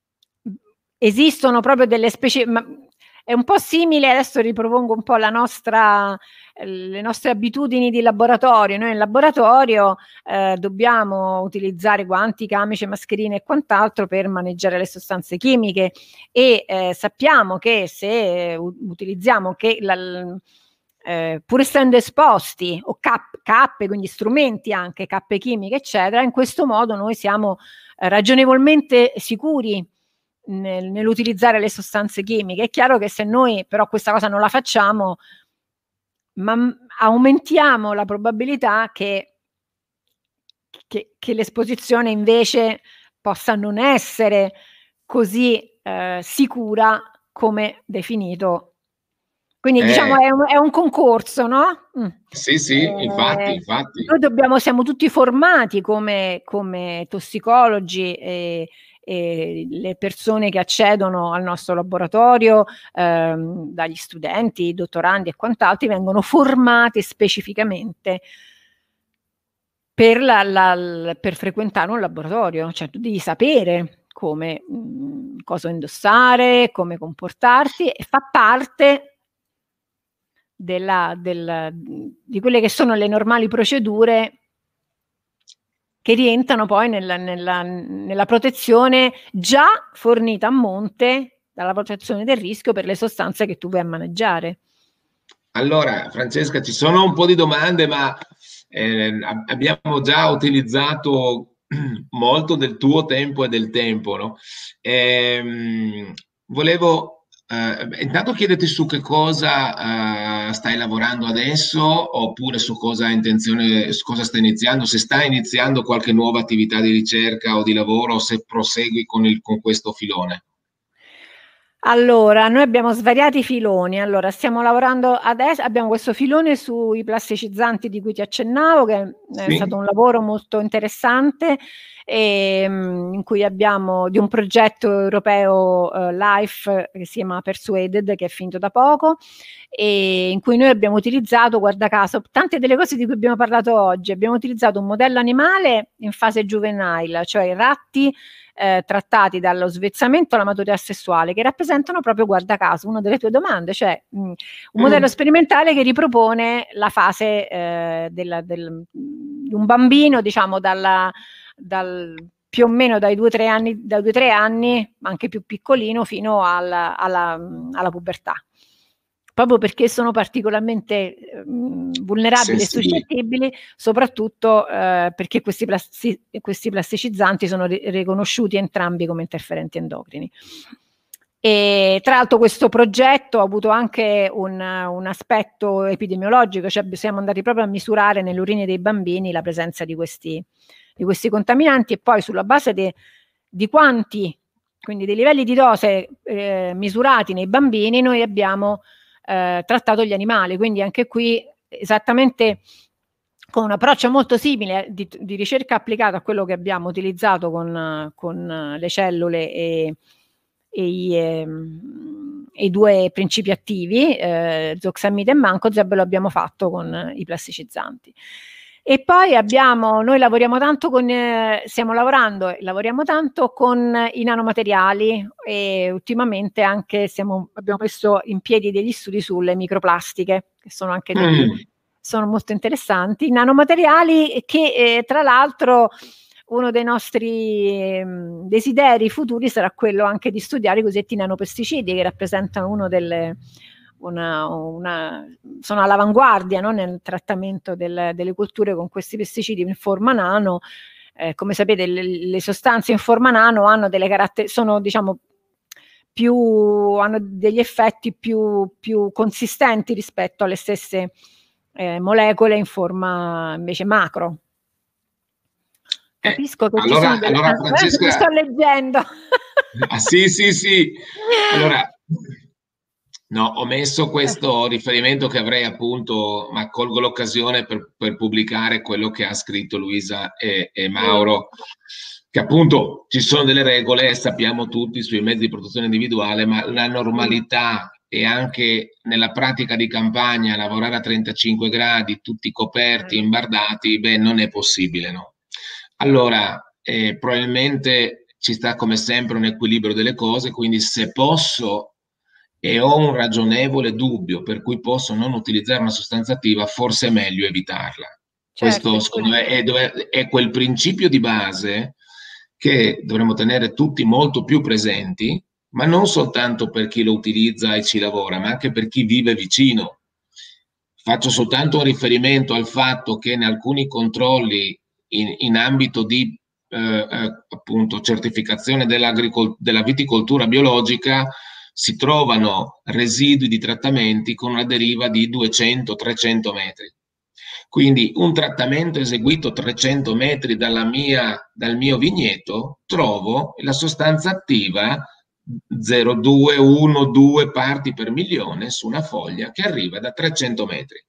esistono proprio delle specie... Ma, è un po' simile, adesso ripropongo un po' la nostra, le nostre abitudini di laboratorio. Noi in laboratorio eh, dobbiamo utilizzare guanti, camicie, mascherine e quant'altro per maneggiare le sostanze chimiche, e eh, sappiamo che se uh, utilizziamo che la, eh, pur essendo esposti o cap- cappe, quindi strumenti anche, cappe chimiche eccetera, in questo modo noi siamo eh, ragionevolmente sicuri nel, nell'utilizzare le sostanze chimiche. È chiaro che se noi però questa cosa non la facciamo, ma aumentiamo la probabilità che, che, che l'esposizione invece possa non essere così eh, sicura come definito. Quindi diciamo Eh, è un, è un concorso, no? Mm. sì, sì, infatti, Eh, infatti. noi dobbiamo, siamo tutti formati come, come tossicologi, e, e le persone che accedono al nostro laboratorio, ehm, dagli studenti, dottorandi e quant'altro, vengono formati specificamente per, la, la, per frequentare un laboratorio, cioè tu devi sapere come, mh, cosa indossare, come comportarti, e fa parte della, del, di quelle che sono le normali procedure che rientrano poi nella, nella, nella protezione già fornita a monte dalla protezione del rischio per le sostanze che tu vai a maneggiare. Allora, Francesca, ci sono un po' di domande, ma eh, abbiamo già utilizzato molto del tuo tempo e del tempo, no? Ehm, volevo eh, intanto chiederti su che cosa eh, stai lavorando adesso, oppure su cosa hai intenzione, su cosa stai iniziando, se stai iniziando qualche nuova attività di ricerca o di lavoro, o se prosegui con, il, con questo filone. Allora, noi abbiamo svariati filoni. Allora, stiamo lavorando adesso, abbiamo questo filone sui plasticizzanti di cui ti accennavo, che è Sì? stato un lavoro molto interessante, e, in cui abbiamo di un progetto europeo uh, LIFE che si chiama Persuaded, che è finito da poco, e in cui noi abbiamo utilizzato, guarda caso, tante delle cose di cui abbiamo parlato oggi. Abbiamo utilizzato un modello animale in fase juvenile, cioè i ratti Eh, trattati dallo svezzamento alla maturità sessuale, che rappresentano proprio, guarda caso, una delle tue domande, cioè mh, un modello Mm. sperimentale che ripropone la fase eh, della, del, di un bambino, diciamo, dalla, dal, più o meno dai due o tre anni, dai due tre anni, anche più piccolino, fino alla, alla, alla pubertà. Proprio perché sono particolarmente eh, vulnerabili e Sensibili. suscettibili, soprattutto eh, perché questi, plasti questi plasticizzanti sono ri riconosciuti entrambi come interferenti endocrini. E tra l'altro questo progetto ha avuto anche un, un aspetto epidemiologico, cioè siamo andati proprio a misurare nelle urine dei bambini la presenza di questi, di questi contaminanti, e poi sulla base de, di quanti, quindi dei livelli di dose eh, misurati nei bambini, noi abbiamo Eh, trattato gli animali. Quindi anche qui esattamente con un approccio molto simile di, di ricerca applicata a quello che abbiamo utilizzato con, con le cellule e, e, i, e, e i due principi attivi, eh, zoxamide e mancozeb, lo abbiamo fatto con i plasticizzanti. E poi abbiamo, noi lavoriamo tanto con, eh, stiamo lavorando e lavoriamo tanto con i nanomateriali e ultimamente anche stiamo, abbiamo messo in piedi degli studi sulle microplastiche, che sono anche degli, Mm. sono molto interessanti. Nanomateriali che eh, tra l'altro uno dei nostri eh, desideri futuri sarà quello anche di studiare i cosiddetti nanopesticidi, che rappresentano uno delle... Una, una, sono all'avanguardia, no, nel trattamento del, delle colture con questi pesticidi in forma nano. Eh, come sapete, le, le sostanze in forma nano hanno delle caratteristiche, sono diciamo più, hanno degli effetti più, più consistenti rispetto alle stesse eh, molecole in forma invece macro. Capisco Eh, che ci allora, sono delle... allora Ah, mi sto Francesca, leggendo. ah, sì, sì, sì. Allora, no, ho messo questo riferimento che avrei appunto, ma colgo l'occasione per, per pubblicare quello che ha scritto Luisa e, e Mauro, che appunto ci sono delle regole, sappiamo tutti sui mezzi di protezione individuale, ma la normalità e anche nella pratica di campagna lavorare a trentacinque gradi, tutti coperti, imbardati, beh, non è possibile, no? Allora, eh, probabilmente ci sta come sempre un equilibrio delle cose, quindi se posso e ho un ragionevole dubbio per cui posso non utilizzare una sostanza attiva, forse è meglio evitarla. Certo, Questo secondo me è, dove- è quel principio di base che dovremmo tenere tutti molto più presenti, ma non soltanto per chi lo utilizza e ci lavora, ma anche per chi vive vicino. Faccio soltanto un riferimento al fatto che in alcuni controlli in, in ambito di eh, eh, appunto certificazione dell'agricol- della viticoltura biologica si trovano residui di trattamenti con una deriva di duecento trecento metri. Quindi un trattamento eseguito trecento metri dalla mia, dal mio vigneto, trovo la sostanza attiva zero virgola due, uno, due parti per milione su una foglia che arriva da trecento metri.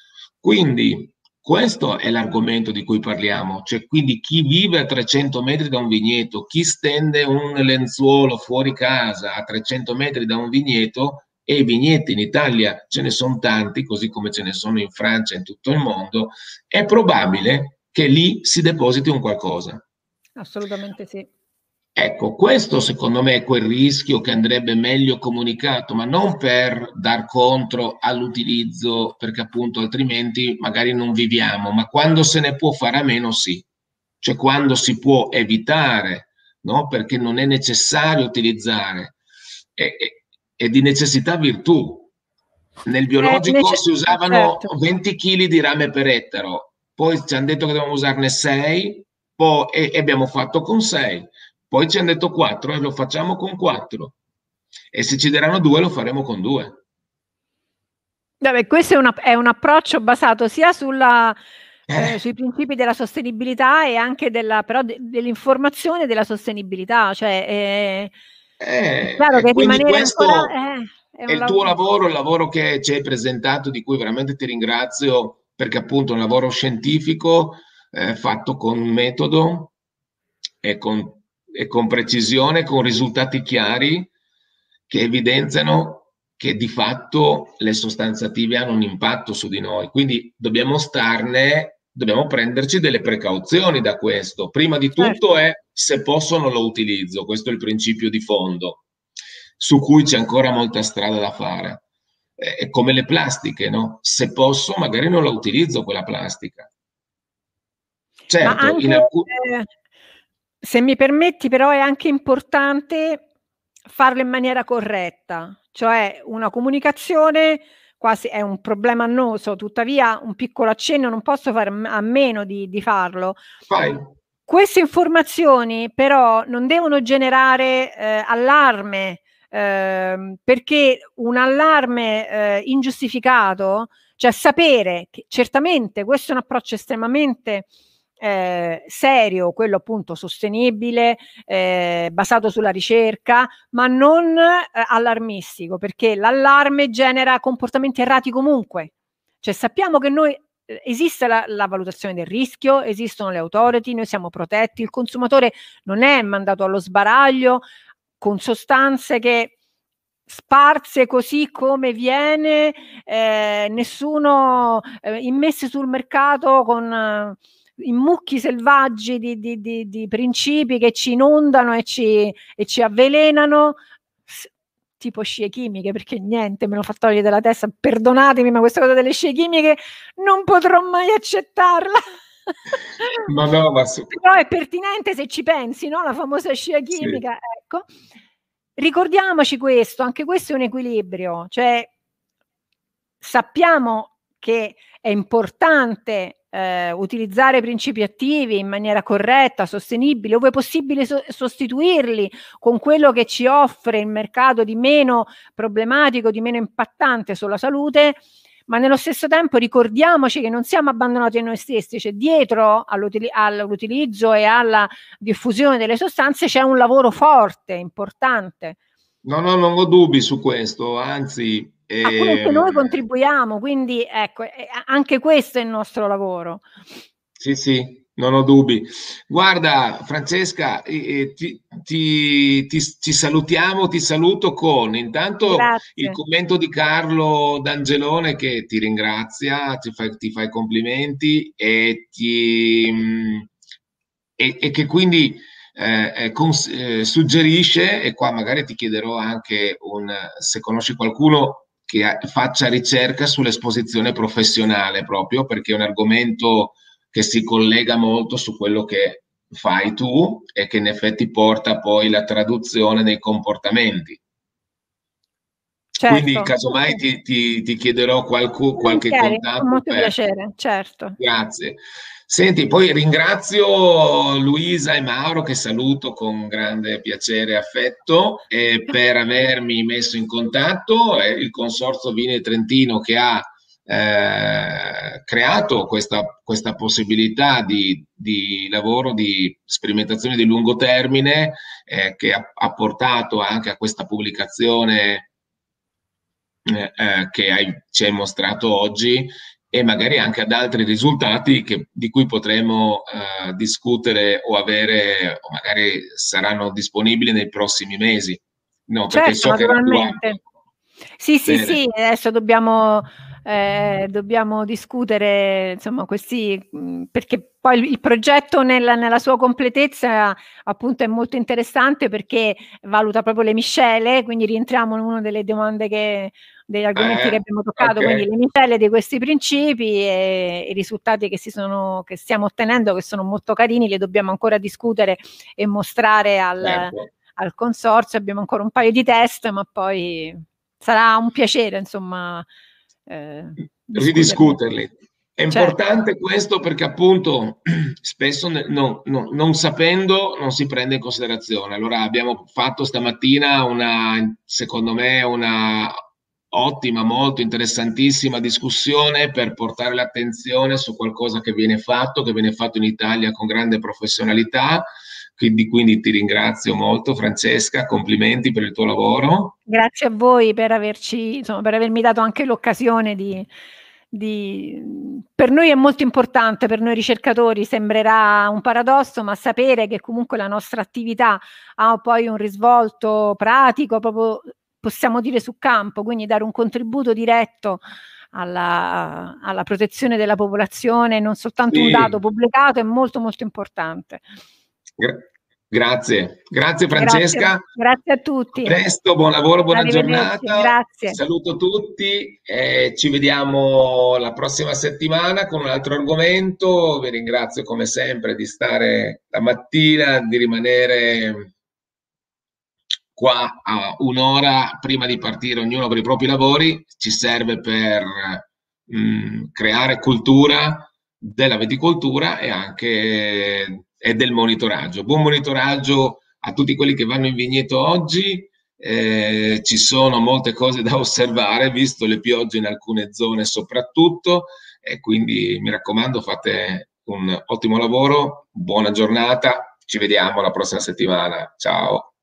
Quindi questo è l'argomento di cui parliamo, cioè quindi chi vive a trecento metri da un vigneto, chi stende un lenzuolo fuori casa a trecento metri da un vigneto, e i vigneti in Italia ce ne sono tanti, così come ce ne sono in Francia e in tutto il mondo, è probabile che lì si depositi un qualcosa. assolutamente sì. Ecco, questo secondo me è quel rischio che andrebbe meglio comunicato, ma non per dar contro all'utilizzo, perché appunto altrimenti magari non viviamo, ma quando se ne può fare a meno, sì. Cioè quando si può evitare, no? Perché non è necessario utilizzare. È, è, è di necessità virtù. Nel È biologico nece- si usavano certo. venti chili di rame per ettaro, poi ci hanno detto che dovevamo usarne sei, poi, e, e abbiamo fatto con sei. Poi ci hanno detto quattro e lo facciamo con quattro. E se ci daranno due lo faremo con due. Vabbè, questo è, una- è un approccio basato sia sulla, eh, Eh, sui principi della sostenibilità e anche della, però de- dell'informazione della sostenibilità. Cioè, eh, è eh, chiaro e che quindi rimanere ancora... questo eh, è è un il tuo lavoro... lavoro, il lavoro che ci hai presentato, di cui veramente ti ringrazio, perché appunto è un lavoro scientifico eh, fatto con metodo e con, e con precisione, con risultati chiari che evidenziano che di fatto le sostanze attive hanno un impatto su di noi. Quindi dobbiamo starne, dobbiamo prenderci delle precauzioni da questo. Prima di tutto Certo. è se posso non lo utilizzo, questo è il principio di fondo, su cui c'è ancora molta strada da fare. È come le plastiche, no? Se posso, magari non la utilizzo quella plastica. Ma Certo, anche, in alcuni... eh, se mi permetti, però è anche importante farlo in maniera corretta, cioè una comunicazione quasi è un problema annoso, tuttavia un piccolo accenno non posso fare a meno di, di farlo. Fai. Queste informazioni però non devono generare eh, allarme, eh, perché un allarme eh, ingiustificato, cioè sapere che certamente questo è un approccio estremamente eh, serio, quello appunto sostenibile, eh, basato sulla ricerca, ma non eh, allarmistico, perché l'allarme genera comportamenti errati comunque. Cioè sappiamo che noi eh, esiste la, la valutazione del rischio, esistono le authority, noi siamo protetti, il consumatore non è mandato allo sbaraglio con sostanze che sparse così come viene, eh, nessuno eh, immesse sul mercato con eh, in mucchi selvaggi di, di, di, di principi che ci inondano e ci, e ci avvelenano, tipo scie chimiche, perché niente me lo fa togliere dalla testa, perdonatemi, ma questa cosa delle scie chimiche non potrò mai accettarla. Ma no, ma su... Però è pertinente se ci pensi, no? La famosa scia chimica, sì. Ecco. Ricordiamoci questo, anche questo è un equilibrio, cioè sappiamo che è importante eh, utilizzare principi attivi in maniera corretta, sostenibile, ove possibile so sostituirli con quello che ci offre il mercato di meno problematico, di meno impattante sulla salute, ma nello stesso tempo ricordiamoci che non siamo abbandonati a noi stessi, cioè dietro all'utilizzo e alla diffusione delle sostanze c'è un lavoro forte, importante. No, no, non ho dubbi su questo, anzi... A cui anche noi contribuiamo, quindi ecco, anche questo è il nostro lavoro. Sì, sì, non ho dubbi. Guarda, Francesca, eh, ti, ti, ti, ti salutiamo, ti saluto con intanto Grazie. il commento di Carlo D'Angelone che ti ringrazia, ti fa, ti fa i complimenti e, ti, e, e che quindi eh, cons- eh, suggerisce, e qua magari ti chiederò anche un, se conosci qualcuno che faccia ricerca sull'esposizione professionale, proprio perché è un argomento che si collega molto su quello che fai tu e che in effetti porta poi la traduzione dei comportamenti. Certo. Quindi casomai ti, ti, ti chiederò qualcu, qualche contatto. Con molto per... piacere, certo. Grazie. Senti, poi ringrazio Luisa e Mauro, che saluto con grande piacere e affetto, eh, per avermi messo in contatto. Eh, il Consorzio Vini Trentino che ha eh, creato questa, questa possibilità di, di lavoro, di sperimentazione di lungo termine, eh, che ha, ha portato anche a questa pubblicazione eh, eh, che hai, ci hai mostrato oggi, e magari anche ad altri risultati che, di cui potremo uh, discutere o avere, o magari saranno disponibili nei prossimi mesi. No, perché certo, so che era più ampio. Sì, sì, Bene. sì, adesso dobbiamo, eh, dobbiamo discutere, insomma, questi, mh, perché poi il, il progetto nella, nella sua completezza appunto è molto interessante perché valuta proprio le miscele, quindi rientriamo in una delle domande che, degli argomenti Eh, che abbiamo toccato, okay. quindi le miscele di questi principi e i risultati che, si sono, che stiamo ottenendo, che sono molto carini, li dobbiamo ancora discutere e mostrare al, Certo. al consorzio. Abbiamo ancora un paio di test, ma poi sarà un piacere, insomma, eh, ridiscuterli. È importante certo. questo perché appunto spesso no, no, non sapendo non si prende in considerazione. Allora abbiamo fatto stamattina una, secondo me, una ottima, molto interessantissima discussione per portare l'attenzione su qualcosa che viene fatto, che viene fatto in Italia con grande professionalità. Quindi, quindi ti ringrazio molto, Francesca, complimenti per il tuo lavoro. Grazie a voi per averci, insomma, per avermi dato anche l'occasione di, di... Per noi è molto importante, per noi ricercatori sembrerà un paradosso, ma sapere che comunque la nostra attività ha poi un risvolto pratico, proprio possiamo dire su campo, quindi dare un contributo diretto alla, alla protezione della popolazione, non soltanto Sì. un dato pubblicato, è molto molto importante. Gra grazie, grazie Francesca. Grazie, grazie a tutti. A presto, buon lavoro, buona giornata. Grazie. Saluto tutti e ci vediamo la prossima settimana con un altro argomento. Vi ringrazio come sempre di stare la mattina, di rimanere qua a un'ora prima di partire, ognuno per i propri lavori. Ci serve per mh, creare cultura della viticoltura e anche e del monitoraggio. Buon monitoraggio a tutti quelli che vanno in vigneto oggi. Eh, ci sono molte cose da osservare, visto le piogge in alcune zone soprattutto, e quindi mi raccomando, fate un ottimo lavoro, buona giornata, ci vediamo la prossima settimana. Ciao.